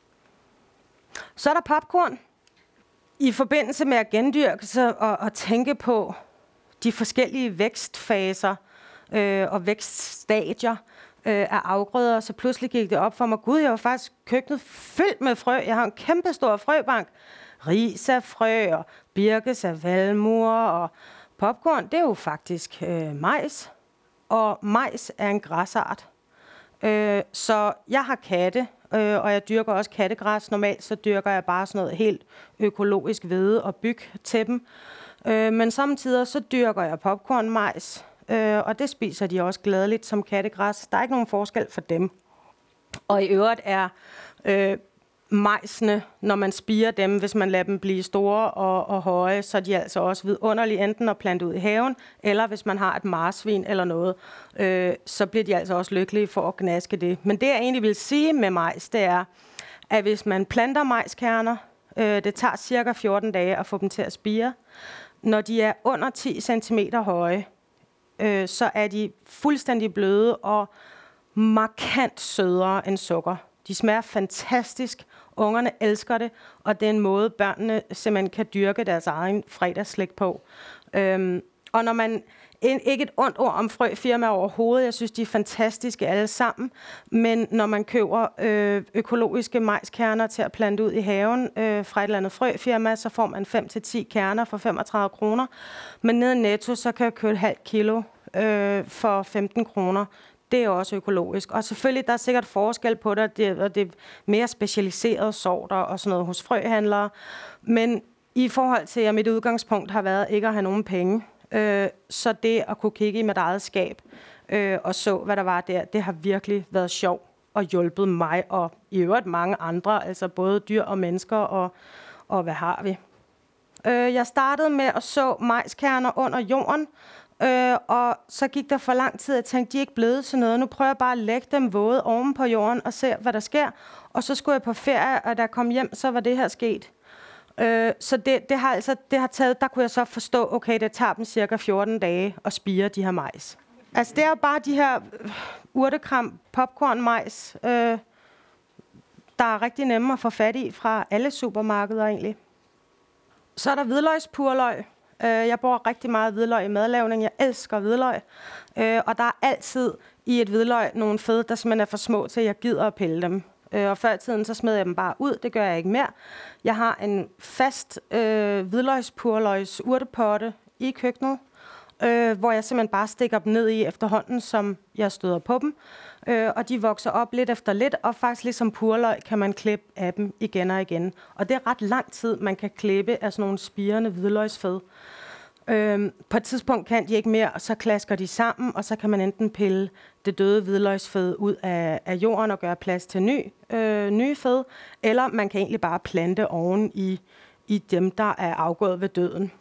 Så er der popcorn. I forbindelse med at gendyrke og tænke på de forskellige vækstfaser og vækststadier af afgrøder, så pludselig gik det op for mig, gud, jeg var faktisk køkkenet fyldt med frø. Jeg har en kæmpe stor frøbank. Ris af frø og birkes af valmuer og popcorn, det er jo faktisk majs. Og majs er en græsart. Så jeg har katte, og jeg dyrker også kattegræs. Normalt så dyrker jeg bare sådan noget helt økologisk hvede og byg til dem. Men samtidig så dyrker jeg popcornmajs, og det spiser de også gladeligt som kattegræs. Der er ikke nogen forskel for dem. Og i øvrigt er majsene, når man spirer dem, hvis man lader dem blive store og høje, så er de altså også vidunderlige enten at plante ud i haven, eller hvis man har et marsvin eller noget, så bliver de altså også lykkelige for at gnaske det. Men det jeg egentlig vil sige med majs, det er, at hvis man planter majskerner, det tager cirka 14 dage at få dem til at spire. Når de er under 10 cm høje, så er de fuldstændig bløde og markant sødere end sukker. De smager fantastisk. Ungerne elsker det, og det er en måde, børnene simpelthen kan dyrke deres egen fredagsslik på. Og når man ikke et ondt ord om frøfirma overhovedet, jeg synes, de er fantastiske alle sammen, men når man køber økologiske majskerner til at plante ud i haven fra et eller andet frøfirma, så får man 5-10 kerner for 35 kroner. Men nede i Netto, så kan jeg købe et halvt kilo for 15 kroner. Det er også økologisk. Og selvfølgelig, der er sikkert forskel på det, og det er mere specialiserede sorter og sådan noget hos frøhandlere. Men i forhold til, at mit udgangspunkt har været ikke at have nogen penge, så det at kunne kigge i mit eget skab og så, hvad der var der, det har virkelig været sjovt og hjulpet mig og i øvrigt mange andre, altså både dyr og mennesker og hvad har vi. Jeg startede med at så majskerner under jorden, og så gik der for lang tid, jeg tænkte, de er ikke blevet til noget. Nu prøver jeg bare at lægge dem våde oven på jorden og se, hvad der sker. Og så skulle jeg på ferie, og da jeg kom hjem, så var det her sket. Så det har taget, der kunne jeg så forstå, okay, det tager dem cirka 14 dage at spire de her majs. Altså det er jo bare de her urtekram popcornmajs, der er rigtig nemme at få fat i fra alle supermarkeder egentlig. Så er der hvidløgspurløg. Jeg bruger rigtig meget hvidløg i madlavning. Jeg elsker hvidløg. Og der er altid i et hvidløg nogle fede, der simpelthen er for små til, at jeg gider at pille dem. Og før i tiden, så smed jeg dem bare ud. Det gør jeg ikke mere. Jeg har en fast hvidløgspurløgs urtepotte i køkkenet, hvor jeg simpelthen bare stikker dem ned i efterhånden, som jeg støder på dem. Og de vokser op lidt efter lidt, og faktisk ligesom purløg kan man klippe af dem igen og igen. Og det er ret lang tid, man kan klippe af sådan nogle spirende hvidløgsfed. På et tidspunkt kan de ikke mere, og så klasker de sammen, og så kan man enten pille det døde hvidløgsfed ud af jorden og gøre plads til nye fed, eller man kan egentlig bare plante oven i dem, der er afgået ved døden.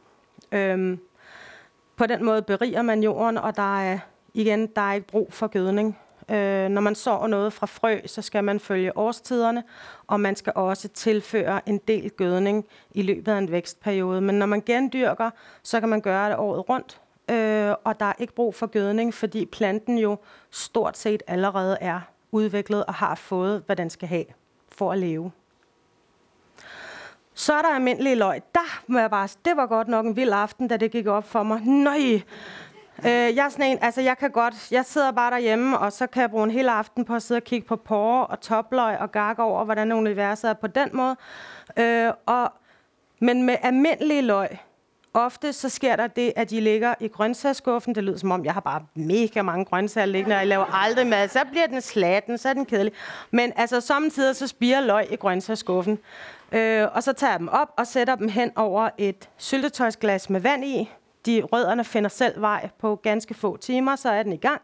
På den måde beriger man jorden, og der er ikke brug for gødning. Når man sår noget fra frø, så skal man følge årstiderne, og man skal også tilføre en del gødning i løbet af en vækstperiode. Men når man gendyrker, så kan man gøre det året rundt, og der er ikke brug for gødning, fordi planten jo stort set allerede er udviklet og har fået, hvad den skal have for at leve. Så er der almindelig løg. Det var godt nok en vild aften, da det gik op for mig. Nøj! Jeg er sådan en, altså jeg sidder bare derhjemme, og så kan jeg bruge en hel aften på at sidde og kigge på porre og topløg og gakke over, hvordan universet er på den måde. Men med almindelige løg, ofte så sker der det, at de ligger i grøntsagsskuffen. Det lyder som om, jeg har bare mega mange grøntsager liggende, og jeg laver aldrig mad. Så bliver den slatten, så er den kedelig. Men altså, samtidig så spirer løg i grøntsagsskuffen. Og så tager jeg dem op og sætter dem hen over et syltetøjsglas med vand i. Rødderne finder selv vej på ganske få timer, så er den i gang.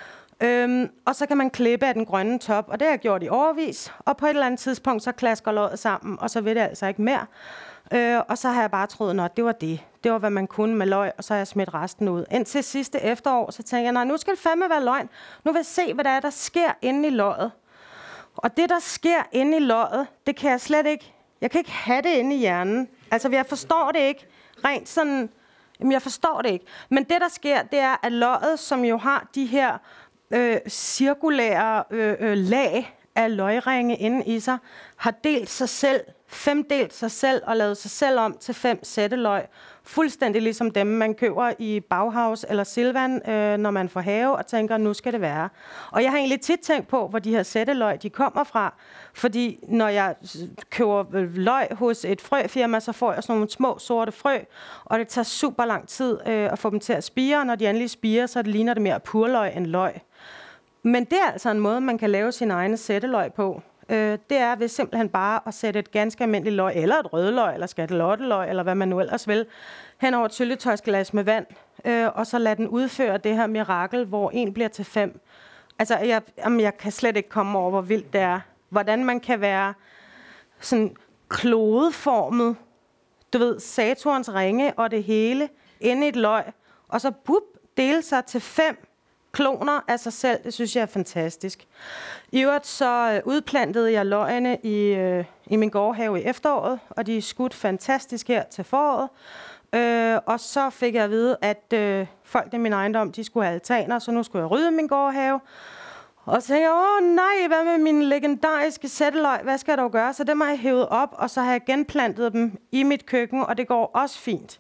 Og så kan man klippe af den grønne top, og det har jeg gjort i årevis. Og på et eller andet tidspunkt, så klasker løget sammen, og så vil det altså ikke mere. Og så har jeg bare troet, at det var det. Det var, hvad man kunne med løg, og så har jeg smidt resten ud. Indtil sidste efterår, så tænkte jeg, nej, nu skal det fandme være løgn. Nu vil jeg se, hvad der er, der sker inde i løget. Og det, der sker inde i løget, det kan jeg slet ikke. Jeg kan ikke have det inde i hjernen. Altså, jeg forstår det ikke. Rent sådan, jamen, jeg forstår det ikke. Men det, der sker, det er, at løget, som jo har de her cirkulære lag af løgringe inde i sig, har delt sig selv, femdelt sig selv og lavet sig selv om til 5 sætteløg. Fuldstændig ligesom dem, man køber i Bauhaus eller Silvan, når man får have og tænker, nu skal det være. Og jeg har egentlig tit tænkt på, hvor de her sætteløg, de kommer fra. Fordi når jeg køber løg hos et frøfirma, så får jeg sådan nogle små sorte frø, og det tager super lang tid at få dem til at spire. Når de endelig spirer, så ligner det mere purløg end løg. Men det er altså en måde, man kan lave sine egne sætteløg på. Det er ved simpelthen bare at sætte et ganske almindeligt løg, eller et rødløg, eller skatelotteløg, eller hvad man nu ellers vil, hen over et syltetøjsglas med vand, og så lade den udføre det her mirakel, hvor 1 bliver til 5. Altså, jeg kan slet ikke komme over, hvor vildt det er. Hvordan man kan være sådan klodeformet, du ved, Saturns ringe og det hele, inde i et løg, og så dele sig til 5 kloner af sig selv. Det synes jeg er fantastisk. I øvrigt så udplantede jeg løgene i min gårdhave i efteråret, og de er skudt fantastisk her til foråret. Og så fik jeg at vide, at folk i min ejendom, de skulle have altaner, så nu skulle jeg rydde min gårdhave. Og så tænkte jeg, nej, hvad med mine legendariske sætteløg? Hvad skal jeg dog gøre? Så dem har jeg hævet op, og så har jeg genplantet dem i mit køkken, og det går også fint.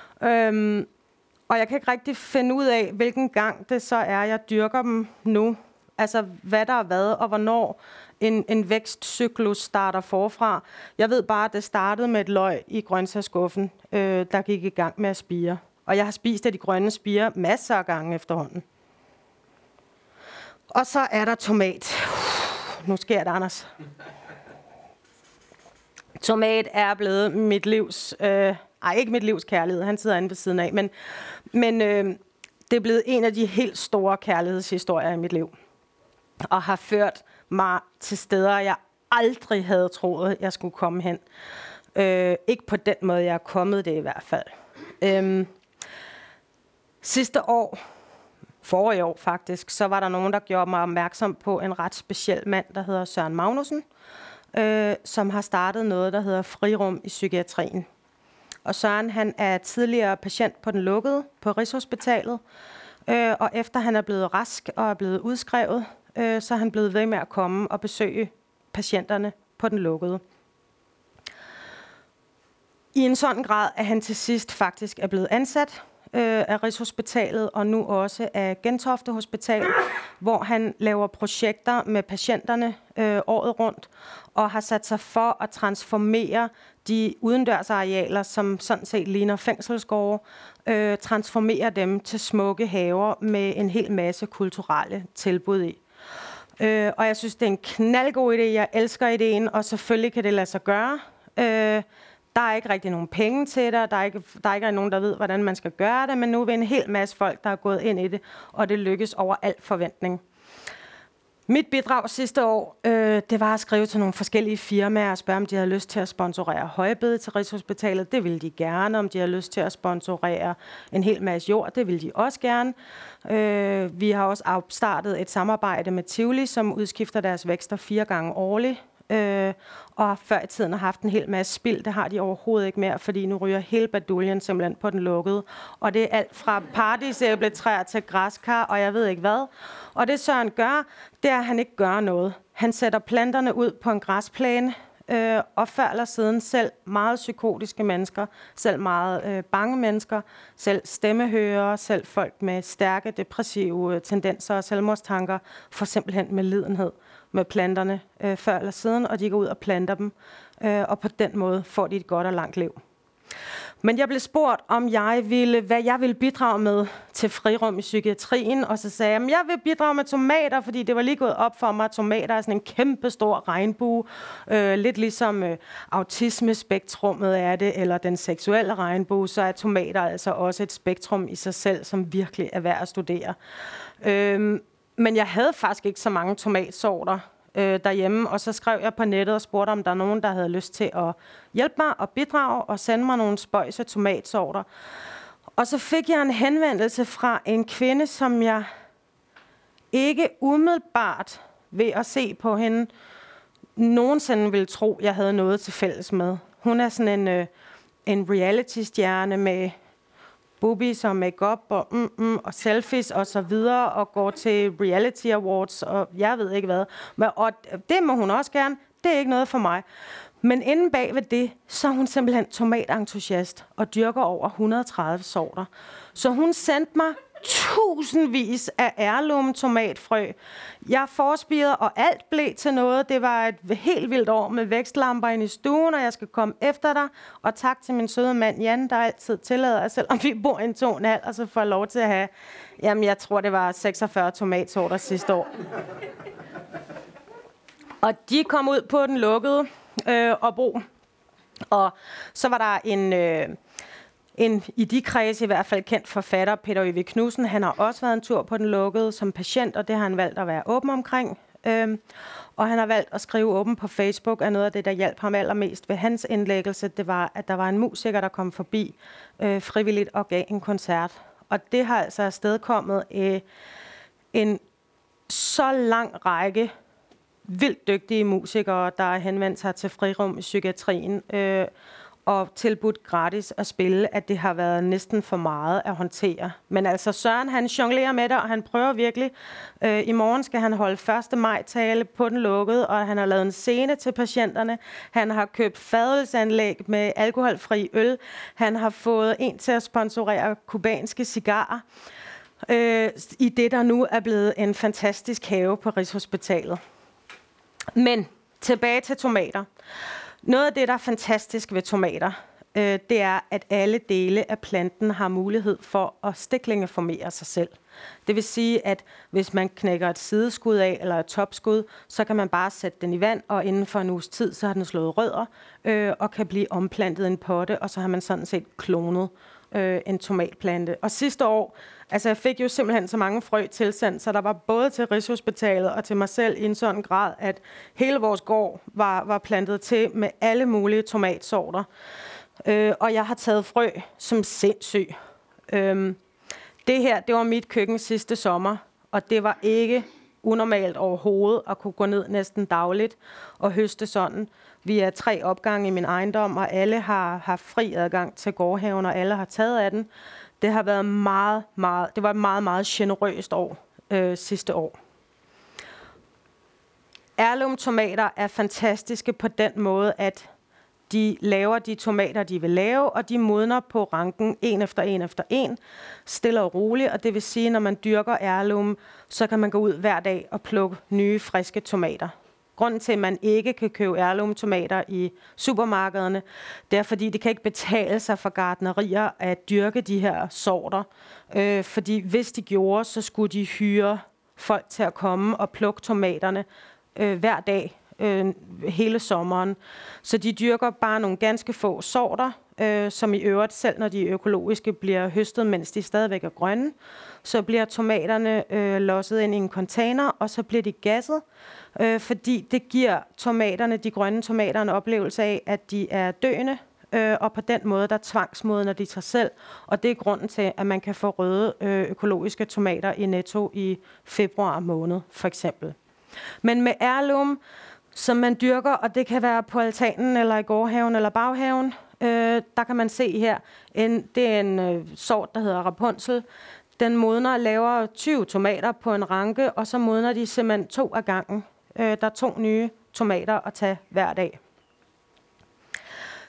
Og jeg kan ikke rigtig finde ud af, hvilken gang det så er, jeg dyrker dem nu. Altså, hvad der er hvad, og hvornår en vækstcyklus starter forfra. Jeg ved bare, at det startede med et løg i grøntsagsskuffen, der gik i gang med at spire. Og jeg har spist af de grønne spirer masser af gange efterhånden. Og så er der tomat. Nu sker det, Anders. Tomat er blevet mit livs... ikke mit livs kærlighed, han sidder inde ved siden af, men det er blevet en af de helt store kærlighedshistorier i mit liv. Og har ført mig til steder, jeg aldrig havde troet, jeg skulle komme hen. Ikke på den måde, jeg er kommet det i hvert fald. Sidste år, forrige år faktisk, så var der nogen, der gjorde mig opmærksom på en ret speciel mand, der hedder Søren Magnussen, som har startet noget, der hedder Frirum i psykiatrien. Og Søren, han er tidligere patient på den lukkede på Rigshospitalet, og efter han er blevet rask og er blevet udskrevet, så er han blevet ved med at komme og besøge patienterne på den lukkede. I en sådan grad, at han til sidst faktisk er blevet ansat af Rigshospitalet, og nu også af Gentofte Hospital, hvor han laver projekter med patienterne året rundt, og har sat sig for at transformere de udendørsarealer, som sådan set ligner fængselsgårde, transformere dem til smukke haver med en hel masse kulturelle tilbud i. Og jeg synes, det er en knaldgod idé. Jeg elsker ideen, og selvfølgelig kan det lade sig gøre. Der er ikke rigtig nogen penge til det, der er ikke nogen, der ved, hvordan man skal gøre det, men nu er vi en hel masse folk, der er gået ind i det, og det lykkes over al forventning. Mit bidrag sidste år, det var at skrive til nogle forskellige firmaer og spørge, om de havde lyst til at sponsorere højbede til Rigshospitalet. Det ville de gerne. Om de havde lyst til at sponsorere en hel masse jord, det ville de også gerne. Vi har også opstartet et samarbejde med Tivoli, som udskifter deres vækster 4 gange årligt. Og før i tiden har haft en hel masse spild. Det har de overhovedet ikke mere, fordi nu ryger hele baduljen simpelthen på den lukkede. Og det er alt fra paradisæbletræer til græskar, og jeg ved ikke hvad. Og det Søren gør, det er, at han ikke gør noget. Han sætter planterne ud på en græsplæne og før eller siden selv meget psykotiske mennesker, selv meget bange mennesker, selv stemmehørere, selv folk med stærke depressive tendenser og selvmordstanker, får simpelthen medlidenhed med planterne før eller siden, og de går ud og planter dem, og på den måde får de et godt og langt liv. Men jeg blev spurgt, hvad jeg ville bidrage med til frirum i psykiatrien, og så sagde jeg, at jeg vil bidrage med tomater, fordi det var lige gået op for mig, at tomater er sådan en kæmpe stor regnbue, lidt ligesom autismespektrummet er det, eller den seksuelle regnbue, så er tomater altså også et spektrum i sig selv, som virkelig er værd at studere. Men jeg havde faktisk ikke så mange tomatsorter derhjemme, og så skrev jeg på nettet og spurgte, om der er nogen, der havde lyst til at hjælpe mig og bidrage og sende mig nogle spøjse tomatsorter. Og så fik jeg en henvendelse fra en kvinde, som jeg ikke umiddelbart ved at se på hende nogensinde ville tro, jeg havde noget til fælles med. Hun er sådan en reality-stjerne med boobies og makeup og selfies og så videre, og går til reality awards og jeg ved ikke hvad. Og det må hun også gerne. Det er ikke noget for mig. Men inden bag ved det, så er hun simpelthen tomatentusiast og dyrker over 130 sorter. Så hun sendte mig tusindvis af heirloom tomatfrø. Jeg forspirede, og alt blev til noget. Det var et helt vildt år med vækstlamper inde i stuen, og jeg skal komme efter dig. Og tak til min søde mand Jan, der altid tillader, selvom vi bor i en 2,5, og så får lov til at have, jeg tror det var 46 tomatsorter sidste år. Og de kom ud på den lukkede opbrug. Og så var der en i de kredse i hvert fald kendt forfatter, Peter Øvig Knudsen. Han har også været en tur på den lukkede som patient, og det har han valgt at være åben omkring. Og han har valgt at skrive åben på Facebook, at noget af det, der hjalp ham allermest ved hans indlæggelse, det var, at der var en musiker, der kom forbi frivilligt og gav en koncert. Og det har altså afstedkommet en så lang række vildt dygtige musikere, der har henvendt sig til frirum i psykiatrien, og tilbudt gratis at spille, at det har været næsten for meget at håndtere. Men altså Søren, han jonglerer med det, og han prøver virkelig. I morgen skal han holde 1. maj-tale på den lukkede, og han har lavet en scene til patienterne. Han har købt fadelsanlæg med alkoholfri øl. Han har fået en til at sponsorere kubanske cigarer. I det, der nu er blevet en fantastisk have på Rigshospitalet. Men tilbage til tomater. Noget af det, der er fantastisk ved tomater, det er, at alle dele af planten har mulighed for at stiklingeformere sig selv. Det vil sige, at hvis man knækker et sideskud af eller et topskud, så kan man bare sætte den i vand, og inden for en uges tid, så har den slået rødder og kan blive omplantet i en potte, og så har man sådan set klonet en tomatplante. Og sidste år, altså jeg fik jo simpelthen så mange frø tilsendt, så der var både til Rigshospitalet og til mig selv i en sådan grad, at hele vores gård var plantet til med alle mulige tomatsorter. Og jeg har taget frø som sindssyg. Det her, det var mit køkken sidste sommer, og det var ikke unormalt overhovedet at kunne gå ned næsten dagligt og høste sådan. Vi er 3 opgange i min ejendom, og alle har haft fri adgang til gårdhaven, og alle har taget af den. Det har været det var et meget, meget generøst år sidste år. Heirloom tomater er fantastiske på den måde, at de laver de tomater, de vil lave, og de modner på ranken en efter en, stille og roligt. Og det vil sige, når man dyrker heirloom, så kan man gå ud hver dag og plukke nye, friske tomater. Grunden til, at man ikke kan købe heirloom-tomater i supermarkederne, det er, fordi det kan ikke betale sig for gartnerier at dyrke de her sorter. Fordi hvis de gjorde, så skulle de hyre folk til at komme og plukke tomaterne hver dag hele sommeren. Så de dyrker bare nogle ganske få sorter, som i øvrigt, selv når de økologiske bliver høstet, mens de stadigvæk er grønne, så bliver tomaterne losset ind i en container, og så bliver de gasset, fordi det giver tomaterne, de grønne tomater, en oplevelse af, at de er døende, og på den måde, der tvangsmodner de sig selv. Og det er grunden til, at man kan få røde økologiske tomater i Netto i februar måned, for eksempel. Men med heirloom, som man dyrker, og det kan være på altanen, eller i gårdhaven, eller baghaven, der kan man se her, det er en sort, der hedder Rapunzel. Den modner og laver 20 tomater på en ranke, og så modner de simpelthen 2 af gangen. Der er 2 nye tomater at tage hver dag.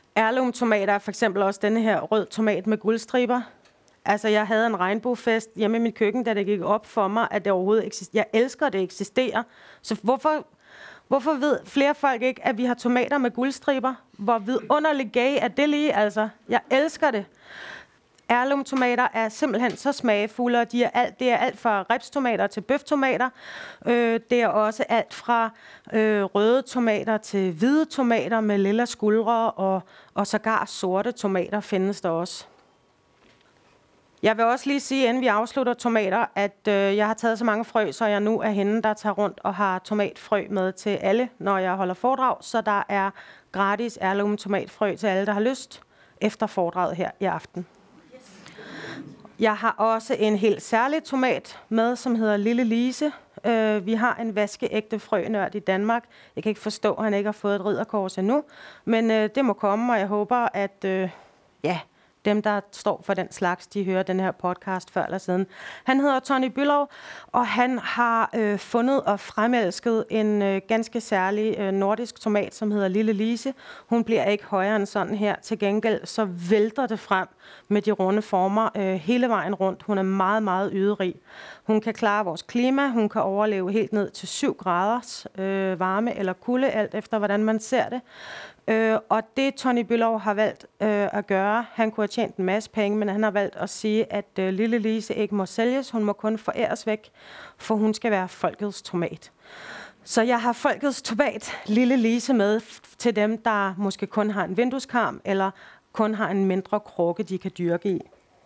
Heirloom-tomater er for eksempel også denne her rød tomat med guldstriber. Altså, jeg havde en regnbuefest hjemme i mit køkken, da det gik op for mig, at det overhovedet eksisterer. Jeg elsker, at det eksisterer. Så hvorfor ved flere folk ikke, at vi har tomater med guldstriber? Hvor vidunderligt gay er det lige, altså. Jeg elsker det. Heirloom-tomater er simpelthen så smagfulde, og det er alt fra ribstomater til bøftomater. Det er også alt fra røde tomater til hvide tomater med lilla skuldre, og sågar sorte tomater findes der også. Jeg vil også lige sige, inden vi afslutter tomater, at jeg har taget så mange frø, så jeg nu er hende, der tager rundt og har tomatfrø med til alle, når jeg holder foredrag. Så der er gratis heirloom tomatfrø til alle, der har lyst, efter foredraget her i aften. Jeg har også en helt særlig tomat med, som hedder Lille Lise. Vi har en vaskeægte frønørd i Danmark. Jeg kan ikke forstå, at han ikke har fået et ridderkors endnu, men det må komme, og jeg håber, at dem, der står for den slags, de hører den her podcast før eller siden. Han hedder Tony Bülow, og han har fundet og fremelsket en ganske særlig nordisk tomat, som hedder Lille Lise. Hun bliver ikke højere end sådan her. Til gengæld så vælter det frem med de runde former hele vejen rundt. Hun er meget, meget yderig. Hun kan klare vores klima. Hun kan overleve helt ned til 7 graders varme eller kulde, alt efter hvordan man ser det. Og det Tony Bülow har valgt at gøre, han kunne have tjent en masse penge, men han har valgt at sige, at Lille Lise ikke må sælges. Hun må kun foræres væk, for hun skal være folkets tomat. Så jeg har folkets tomat, Lille Lise, med til dem, der måske kun har en vindueskarm, eller kun har en mindre krukke, de kan dyrke i.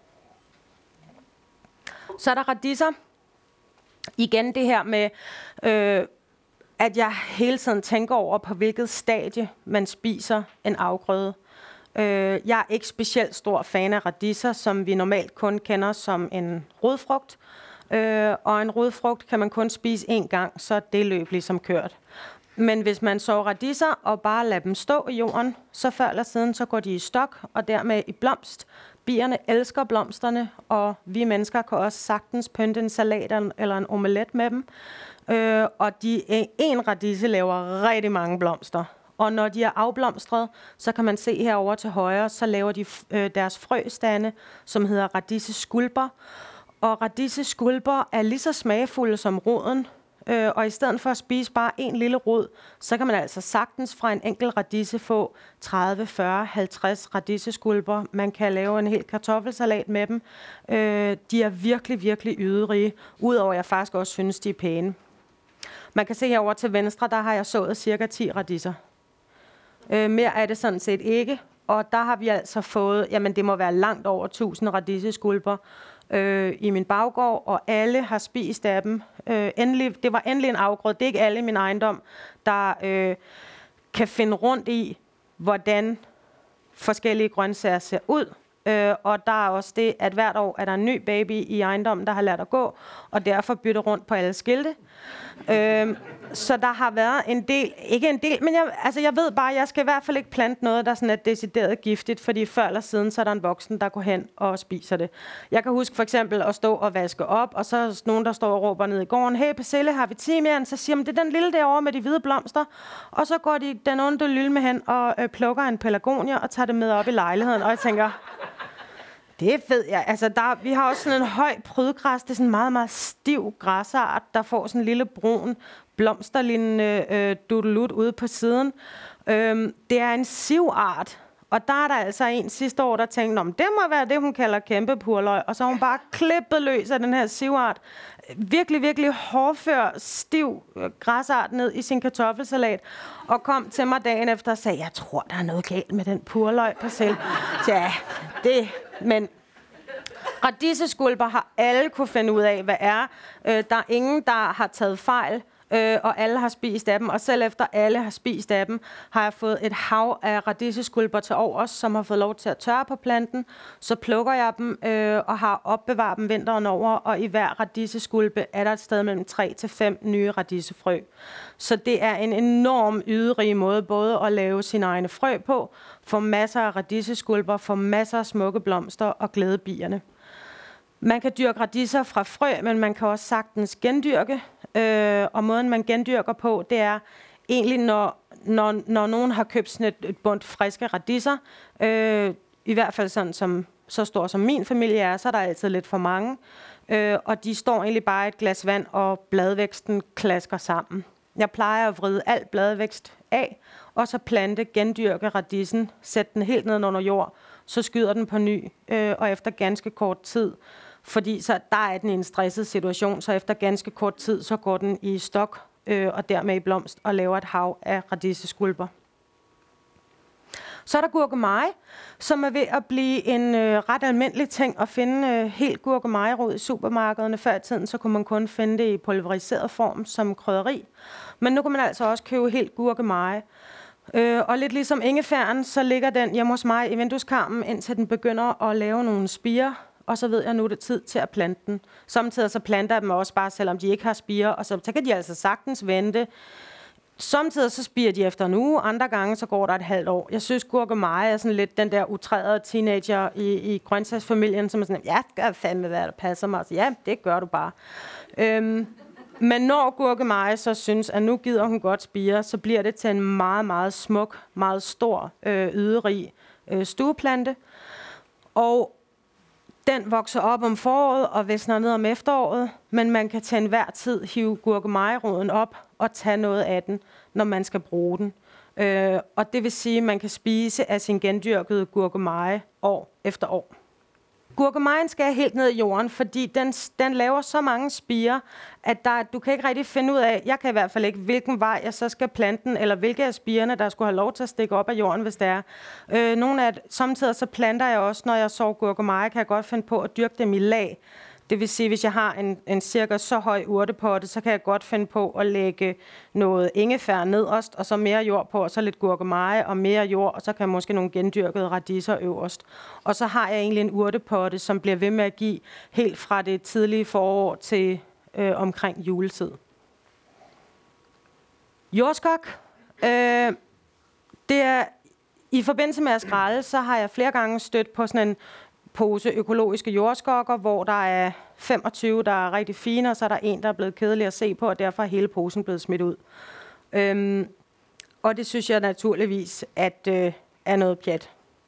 Så er der radiser. Igen det her med... at jeg hele tiden tænker over, på hvilket stadie man spiser en afgrøde. Jeg er ikke specielt stor fan af radiser, som vi normalt kun kender som en rodfrugt. Og en rodfrugt kan man kun spise én gang, så det løb ligesom kørt. Men hvis man så radiser og bare lader dem stå i jorden, så før eller siden, så går de i stok og dermed i blomst. Bierne elsker blomsterne, og vi mennesker kan også sagtens pynte en salat eller en omelet med dem. Og en radise laver rigtig mange blomster. Og når de er afblomstret, så kan man se herover til højre, så laver de deres frøstande, som hedder radiseskulper. Og radiseskulper er lige så smagfulde som roden. Og i stedet for at spise bare en lille rod, så kan man altså sagtens fra en enkelt radise få 30, 40, 50 radiseskulper. Man kan lave en hel kartoffelsalat med dem. De er virkelig, virkelig yderige, udover at jeg faktisk også synes, de er pæne. Man kan se herover til venstre, der har jeg sået cirka 10 radiser. Mere er det sådan set ikke. Og der har vi altså fået, jamen det må være langt over 1000 radiseskulper i min baggård, og alle har spist af dem. Det var endelig en afgrøde. Det er ikke alle i min ejendom, der kan finde rundt i, hvordan forskellige grøntsager ser ud. Og der er også det, at hvert år er der en ny baby i ejendommen, der har lært at gå, og derfor bytter rundt på alle skilte. Så der har været en del, ikke en del, men jeg ved bare, at jeg skal i hvert fald ikke plante noget, der sådan er decideret giftigt, fordi før eller siden, så er der en voksen, der går hen og spiser det. Jeg kan huske for eksempel at stå og vaske op, og så er nogen, der står og råber ned i gården, hey persille, har vi timian? Så siger man, det er den lille derovre med de hvide blomster, og så går de den onde lille hen og plukker en pelargonia og tager det med op i lejligheden, og jeg tænker... Det ved jeg. Altså, vi har også sådan en høj prydgræs. Det er sådan en meget, meget stiv græsart, der får sådan en lille brun blomsterlignende dudelut ude på siden. Det er en sivart, og der er der altså en sidste år, der tænkte, det må være det, hun kalder kæmpe purløg. Og så har hun bare klippet løs af den her sivart. Virkelig, virkelig hårdfør, stiv græsart ned i sin kartoffelsalat. Og kom til mig dagen efter og sagde, jeg tror, der er noget galt med den purløg på selv. Ja, det... Men radiseskulper har alle kunne finde ud af, hvad er. Der er ingen, der har taget fejl, og alle har spist af dem. Og selv efter alle har spist af dem, har jeg fået et hav af radiseskulper til overs, som har fået lov til at tørre på planten. Så plukker jeg dem og har opbevaret dem vinteren over, og i hver radiseskulpe er der et sted mellem 3 til 5 nye radisefrø. Så det er en enorm yderig måde både at lave sine egne frø på, få masser af radiseskulper, få masser af smukke blomster og glæde bierne. Man kan dyrke radiser fra frø, men man kan også sagtens gendyrke. Og måden man gendyrker på, det er egentlig, når nogen har købt sådan et bundt friske radiser, i hvert fald sådan som så stor som min familie er, så er der altid lidt for mange. Og de står egentlig bare i et glas vand, og bladvæksten klasker sammen. Jeg plejer at vride al bladvækst af, og så plante, gendyrke radisen, sætte den helt ned under jord, så skyder den på ny, og efter ganske kort tid, fordi så der er den i en stresset situation, så efter ganske kort tid, så går den i stok, og dermed i blomst, og laver et hav af radiseskulper. Så er der gurkemeje, som er ved at blive en ret almindelig ting at finde helt gurkemejerod i supermarkederne. Før i tiden, så kunne man kun finde det i pulveriseret form som krydderi. Men nu kan man altså også købe helt gurkemeje. Og lidt ligesom ingefæren, så ligger den hjemme hos mig i vindueskarmen, indtil den begynder at lave nogle spirer. Og så ved jeg, nu er det tid til at plante den. Samtidig så planter jeg dem også bare, selvom de ikke har spirer. Og så kan de altså sagtens vente. Samtidig så spirer de efter en uge, andre gange så går der et halvt år. Jeg synes, gurkemeje er sådan lidt den der utrærede teenager i grøntsagsfamilien, som er sådan, ja, det gør fandme, hvad der passer mig. Så ja, det gør du bare. Men når gurkemeje så synes, at nu gider hun godt spire, så bliver det til en meget, meget smuk, meget stor, yderig stueplante. Og den vokser op om foråret og visner ned om efteråret, men man kan til enhver tid hive gurkemejeroden op og tage noget af den, når man skal bruge den. Og det vil sige, at man kan spise af sin gendyrkede gurkemeje år efter år. Gurkemejen skal helt ned i jorden, fordi den laver så mange spirer, at du kan ikke rigtig finde ud af, jeg kan i hvert fald ikke, hvilken vej jeg så skal plante den, eller hvilke af spirene, der skulle have lov til at stikke op af jorden, hvis det er. Samtidig så planter jeg også, når jeg sår gurkemeje, kan jeg godt finde på at dyrke dem i lag. Det vil sige, hvis jeg har en cirka så høj urtepotte, så kan jeg godt finde på at lægge noget ingefær nederst, og så mere jord på, og så lidt gurkemeje og mere jord, og så kan jeg måske nogle gendyrkede radiser øverst. Og så har jeg egentlig en urtepotte, som bliver ved med at give helt fra det tidlige forår til omkring juletid. Jordskok. Det er i forbindelse med at skrælle, så har jeg flere gange stødt på sådan en pose økologiske jordskokker, hvor der er 25, der er rigtig fine, og så er der en, der er blevet kedelig at se på, og derfor er hele posen blevet smidt ud. Og det synes jeg naturligvis, at er noget pjat.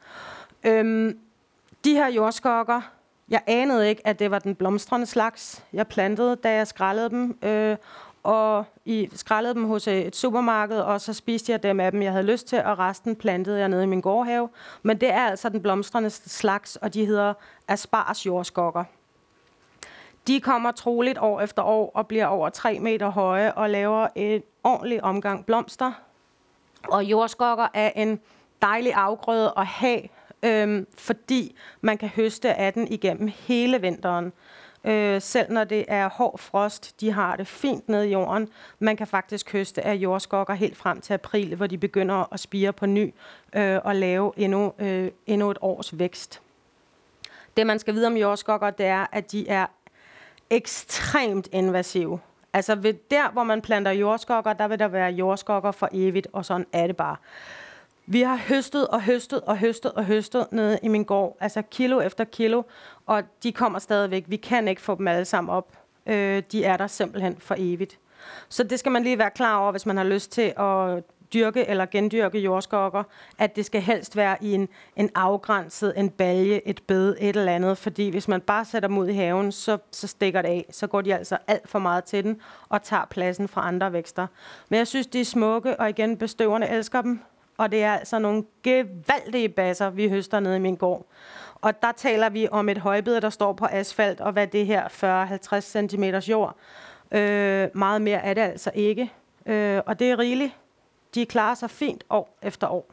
De her jordskokker, jeg anede ikke, at det var den blomstrende slags, jeg plantede, da jeg skrællede dem. Og skrællede dem hos et supermarked, og så spiste jeg dem af dem, jeg havde lyst til, og resten plantede jeg nede i min gårdhave. Men det er altså den blomstrende slags, og de hedder asparsjordskokker. De kommer troligt år efter år og bliver over 3 meter høje og laver en ordentlig omgang blomster. Og jordskokker er en dejlig afgrøde at have, fordi man kan høste af den igennem hele vinteren. Selv når det er hård frost, de har det fint nede i jorden. Man kan faktisk høste af jordskokker helt frem til april, hvor de begynder at spire på ny og lave endnu et års vækst. Det man skal vide om jordskokker, det er, at de er ekstremt invasive. Altså der, hvor man planter jordskokker, der vil der være jordskokker for evigt, og sådan er det bare. Vi har høstet nede i min gård, altså kilo efter kilo, og de kommer stadigvæk. Vi kan ikke få dem alle sammen op. De er der simpelthen for evigt. Så det skal man lige være klar over, hvis man har lyst til at dyrke eller gendyrke jordskokker, at det skal helst være i en afgrænset, en balje, et bed, et eller andet, fordi hvis man bare sætter dem ud i haven, så stikker det af. Så går de altså alt for meget til den og tager pladsen fra andre vækster. Men jeg synes, de er smukke, og igen, bestøverne elsker dem. Og det er altså nogle gevaldige basser, vi høster nede i min gård. Og der taler vi om et højbed, der står på asfalt, og hvad det her 40-50 cm jord. Meget mere er det altså ikke. Og det er rigeligt. De klarer sig fint år efter år.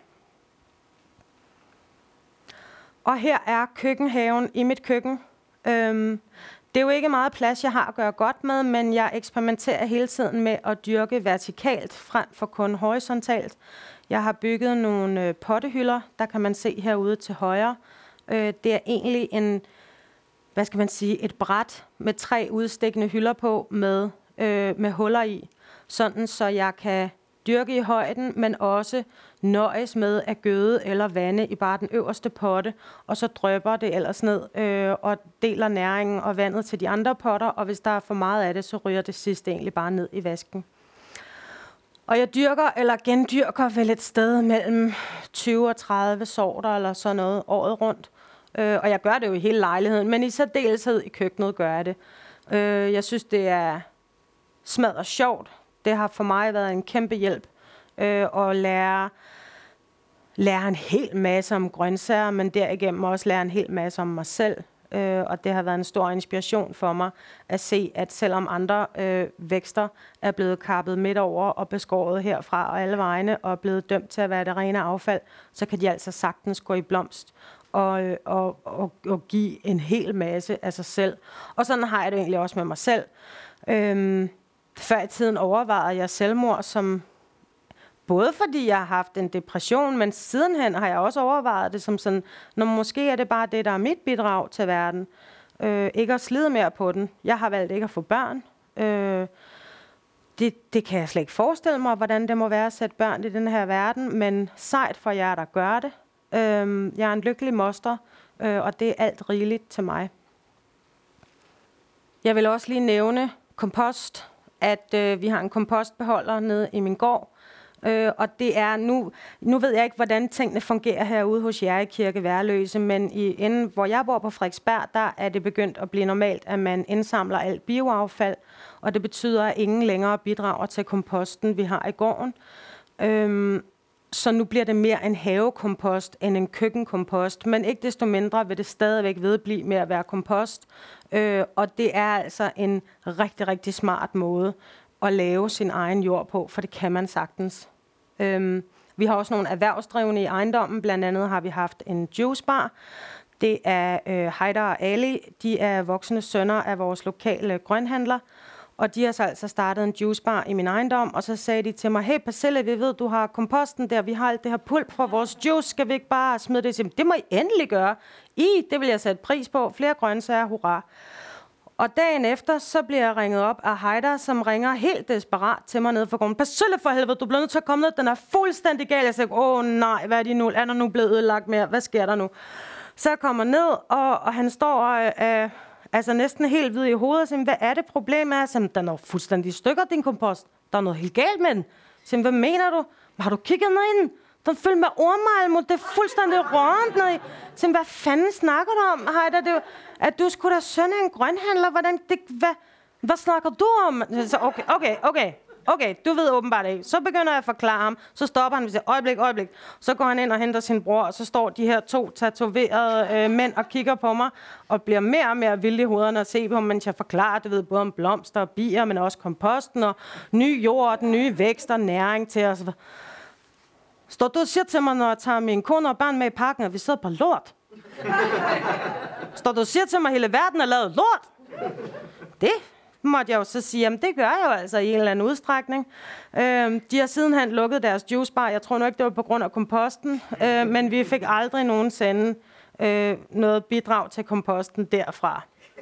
Og her er køkkenhaven i mit køkken. Det er jo ikke meget plads, jeg har at gøre godt med, men jeg eksperimenterer hele tiden med at dyrke vertikalt frem for kun horisontalt. Jeg har bygget nogle pottehylder, der kan man se herude til højre. Det er egentlig et bræt med 3 udstikkende hylder på med huller i, sådan så jeg kan dyrke i højden, men også nøjes med at gøde eller vande i bare den øverste potte, og så drypper det ellers ned og deler næringen og vandet til de andre potter, og hvis der er for meget af det, så ryger det sidste egentlig bare ned i vasken. Og jeg dyrker eller gendyrker vel et sted mellem 20 og 30 sorter eller sådan noget året rundt. Og jeg gør det jo i hele lejligheden, men i særdeleshed i køkkenet gør jeg det. Jeg synes, det er smadret sjovt. Det har for mig været en kæmpe hjælp at lære en hel masse om grøntsager, men derigennem også lære en hel masse om mig selv. Og det har været en stor inspiration for mig at se, at selvom andre vækster er blevet kappet midt over og beskåret herfra og alle vegne og blevet dømt til at være det rene affald, så kan de altså sagtens gå i blomst og give en hel masse af sig selv. Og sådan har jeg det egentlig også med mig selv. Før i tiden overvejede jeg selvmord som både fordi jeg har haft en depression, men sidenhen har jeg også overvejet det som sådan, når måske er det bare det, der er mit bidrag til verden. Ikke at slide mere på den. Jeg har valgt ikke at få børn. Det kan jeg slet ikke forestille mig, hvordan det må være at sætte børn i den her verden, men sejt for jer, der gør det. Jeg er en lykkelig moster, og det er alt rigeligt til mig. Jeg vil også lige nævne kompost, at vi har en kompostbeholder nede i min gård. Og det er nu ved jeg ikke, hvordan tingene fungerer herude hos jer i Kirke Værløse, men inden hvor jeg bor på Frederiksberg, der er det begyndt at blive normalt, at man indsamler alt bioaffald, og det betyder, at ingen længere bidrager til komposten, vi har i gården. Så nu bliver det mere en havekompost end en køkkenkompost, men ikke desto mindre vil det stadigvæk vedblive med at være kompost. Og det er altså en rigtig, rigtig smart måde at lave sin egen jord på, for det kan man sagtens. Vi har også nogle erhvervsdrivende i ejendommen. Blandt andet har vi haft en juicebar. Det er Heider og Ali. De er voksne sønner af vores lokale grønhandler. Og de har så altså startet en juicebar i min ejendom. Og så sagde de til mig, hey Persille, vi ved, du har komposten der. Vi har alt det her pulp fra vores juice. Skal vi ikke bare smide det til? Det må I endelig gøre. Det vil jeg sætte pris på. Flere grøntsager, hurra. Og dagen efter, så bliver jeg ringet op af Heider, som ringer helt desperat til mig nede for gården. Persille for helvede, du bliver nødt til at komme ned. Den er fuldstændig gal. Jeg siger, nej, hvad er de nu? Er der nu blevet ødelagt mere? Hvad sker der nu? Så jeg kommer ned, og han står altså næsten helt hvid i hovedet og siger, hvad er det problemet? Jeg siger, den er fuldstændig i stykker, din kompost. Der er noget helt galt med den. Jeg siger, hvad mener du? Har du kigget ned i den? Den fyldt med ormealmut, det er fuldstændig rådent ned i. Så hvad fanden snakker du om, Heider? Det er jo, at du skulle da søn af en grønhandler. Hvad snakker du om? Så okay, du ved åbenbart ikke. Så begynder jeg at forklare ham. Så stopper han og siger, øjeblik. Så går han ind og henter sin bror, og så står de her 2 tatoverede mænd og kigger på mig, og bliver mere og mere vilde i hovederne at se på ham, mens jeg forklarer, du ved, både om blomster og bier, men også komposten og ny jord, den nye vækst og næring til os. Står du og siger til mig, når jeg tager min kone og børn med i parken, at vi sidder på lort? Står du og siger til mig, at hele verden er lavet lort? Det måtte jeg jo så sige, jamen det gør jeg jo altså i en eller anden udstrækning. De har sidenhen lukket deres juicebar. Jeg tror nu ikke, det var på grund af komposten, men vi fik aldrig nogensinde noget bidrag til komposten derfra.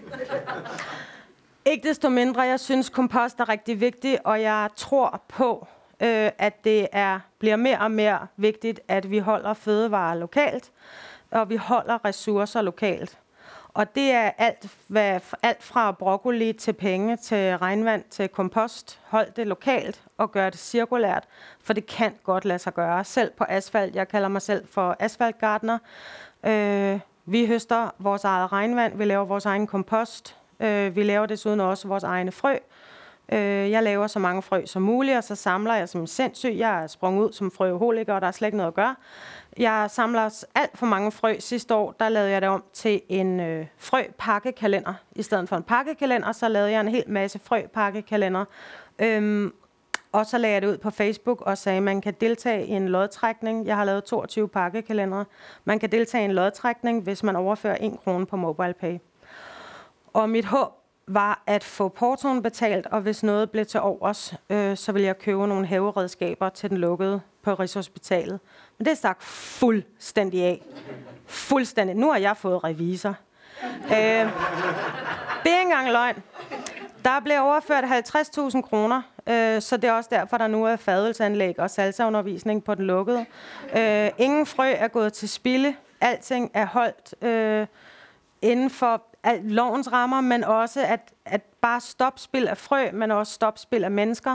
Ikke desto mindre, jeg synes, kompost er rigtig vigtigt, og jeg tror på, at det bliver mere og mere vigtigt, at vi holder fødevarer lokalt, og vi holder ressourcer lokalt. Og det er alt fra broccoli til penge, til regnvand, til kompost. Hold det lokalt og gør det cirkulært, for det kan godt lade sig gøre. Selv på asfalt, jeg kalder mig selv for asfaltgartner. Vi høster vores eget regnvand, vi laver vores egen kompost. Vi laver desuden også vores egne frø. Jeg laver så mange frø som muligt, og så samler jeg som sindssyg. Jeg er sprunget ud som frøholiker, og der er slet ikke noget at gøre. Jeg samler alt for mange frø. Sidste år, der lavede jeg det om til en frøpakkekalender. I stedet for en pakkekalender, så lavede jeg en hel masse frøpakkekalender. Og så lagde jeg det ud på Facebook og sagde, at man kan deltage i en lodtrækning. Jeg har lavet 22 pakkekalendere. Man kan deltage i en lodtrækning, hvis man overfører 1 krone på MobilePay. Og mit håb var at få portoen betalt, og hvis noget blev til overs, så ville jeg købe nogle haveredskaber til den lukkede på Rigshospitalet. Men det stak fuldstændig af. Fuldstændig. Nu har jeg fået revisor. Det er ikke engang løgn. Der blev overført 50.000 kroner, så det er også derfor, der nu er fadelsanlæg og salsaundervisning på den lukkede. Ingen frø er gået til spilde. Alting er holdt inden for lovens rammer, men også at bare stopspil af frø, men også stopspil af mennesker.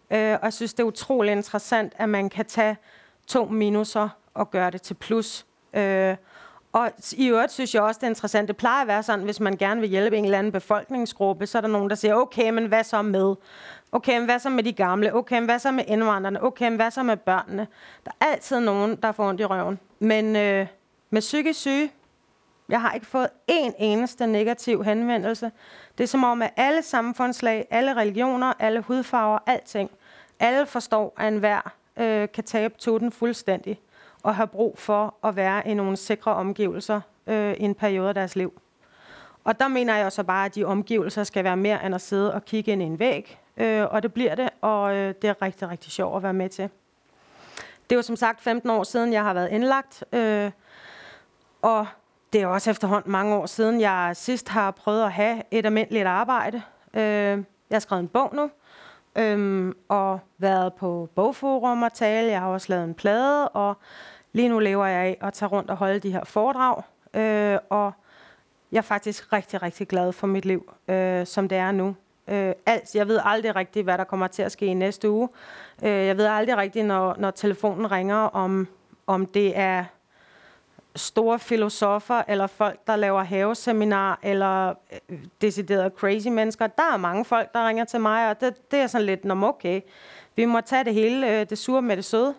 Og jeg synes, det er utrolig interessant, at man kan tage 2 minuser og gøre det til plus. Og i øvrigt synes jeg også, det er interessant. Det plejer at være sådan, hvis man gerne vil hjælpe en eller anden befolkningsgruppe, så er der nogen, der siger, okay, men hvad så med? Okay, men hvad så med de gamle? Okay, men hvad så med indvandrerne? Okay, men hvad så med børnene? Der er altid nogen, der får ondt i røven. Men med psykisk syge, jeg har ikke fået en eneste negativ henvendelse. Det er som om, at alle samfundslag, alle religioner, alle hudfarver, alting, alle forstår, at enhver kan tabe tuten fuldstændig og have brug for at være i nogle sikre omgivelser i en periode af deres liv. Og der mener jeg så bare, at de omgivelser skal være mere end at sidde og kigge ind i en væg. Og det bliver det, og det er rigtig, rigtig sjovt at være med til. Det er jo som sagt 15 år siden, jeg har været indlagt. Og det er også efterhånden mange år siden, jeg sidst har prøvet at have et almindeligt arbejde. Jeg har skrevet en bog nu, og været på bogforum og tale. Jeg har også lavet en plade, og lige nu lever jeg af at tage rundt og holde de her foredrag. Og jeg er faktisk rigtig, rigtig glad for mit liv, som det er nu. Jeg ved aldrig rigtigt, hvad der kommer til at ske i næste uge. Jeg ved aldrig rigtigt, når telefonen ringer, om det er store filosofer, eller folk, der laver haveseminar, eller deciderede crazy mennesker. Der er mange folk, der ringer til mig, og det er sådan lidt, okay, vi må tage det hele, det sure med det søde.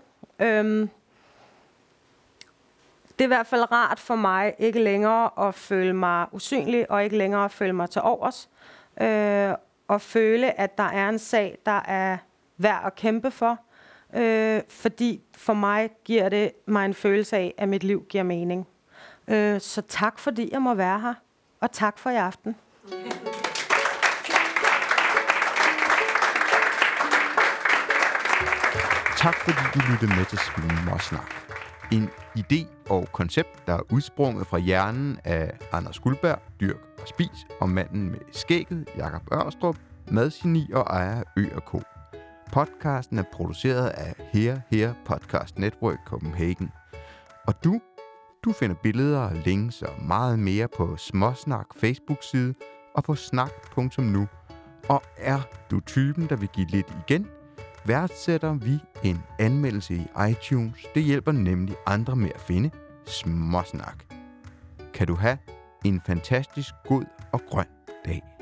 Det er i hvert fald rart for mig ikke længere at føle mig usynlig, og ikke længere at føle mig til overs. Og føle, at der er en sag, der er værd at kæmpe for. Fordi for mig giver det mig en følelse af, at mit liv giver mening. Så tak fordi jeg må være her, og tak for i aften. Tak fordi du lyttede med til Småsnak. En idé og koncept, der er udsprunget fra hjernen af Anders Guldberg, Dyrk og Spis, og manden med skægget, Jakob Ørstrup, madgeni og ejer af Ø&K. Podcasten er produceret af Her Podcast Network Copenhagen. Og du finder billeder, links og meget mere på Småsnak Facebook-side og på snak.nu. Og er du typen, der vil give lidt igen, værdsætter vi en anmeldelse i iTunes. Det hjælper nemlig andre med at finde Småsnak. Kan du have en fantastisk god og grøn dag.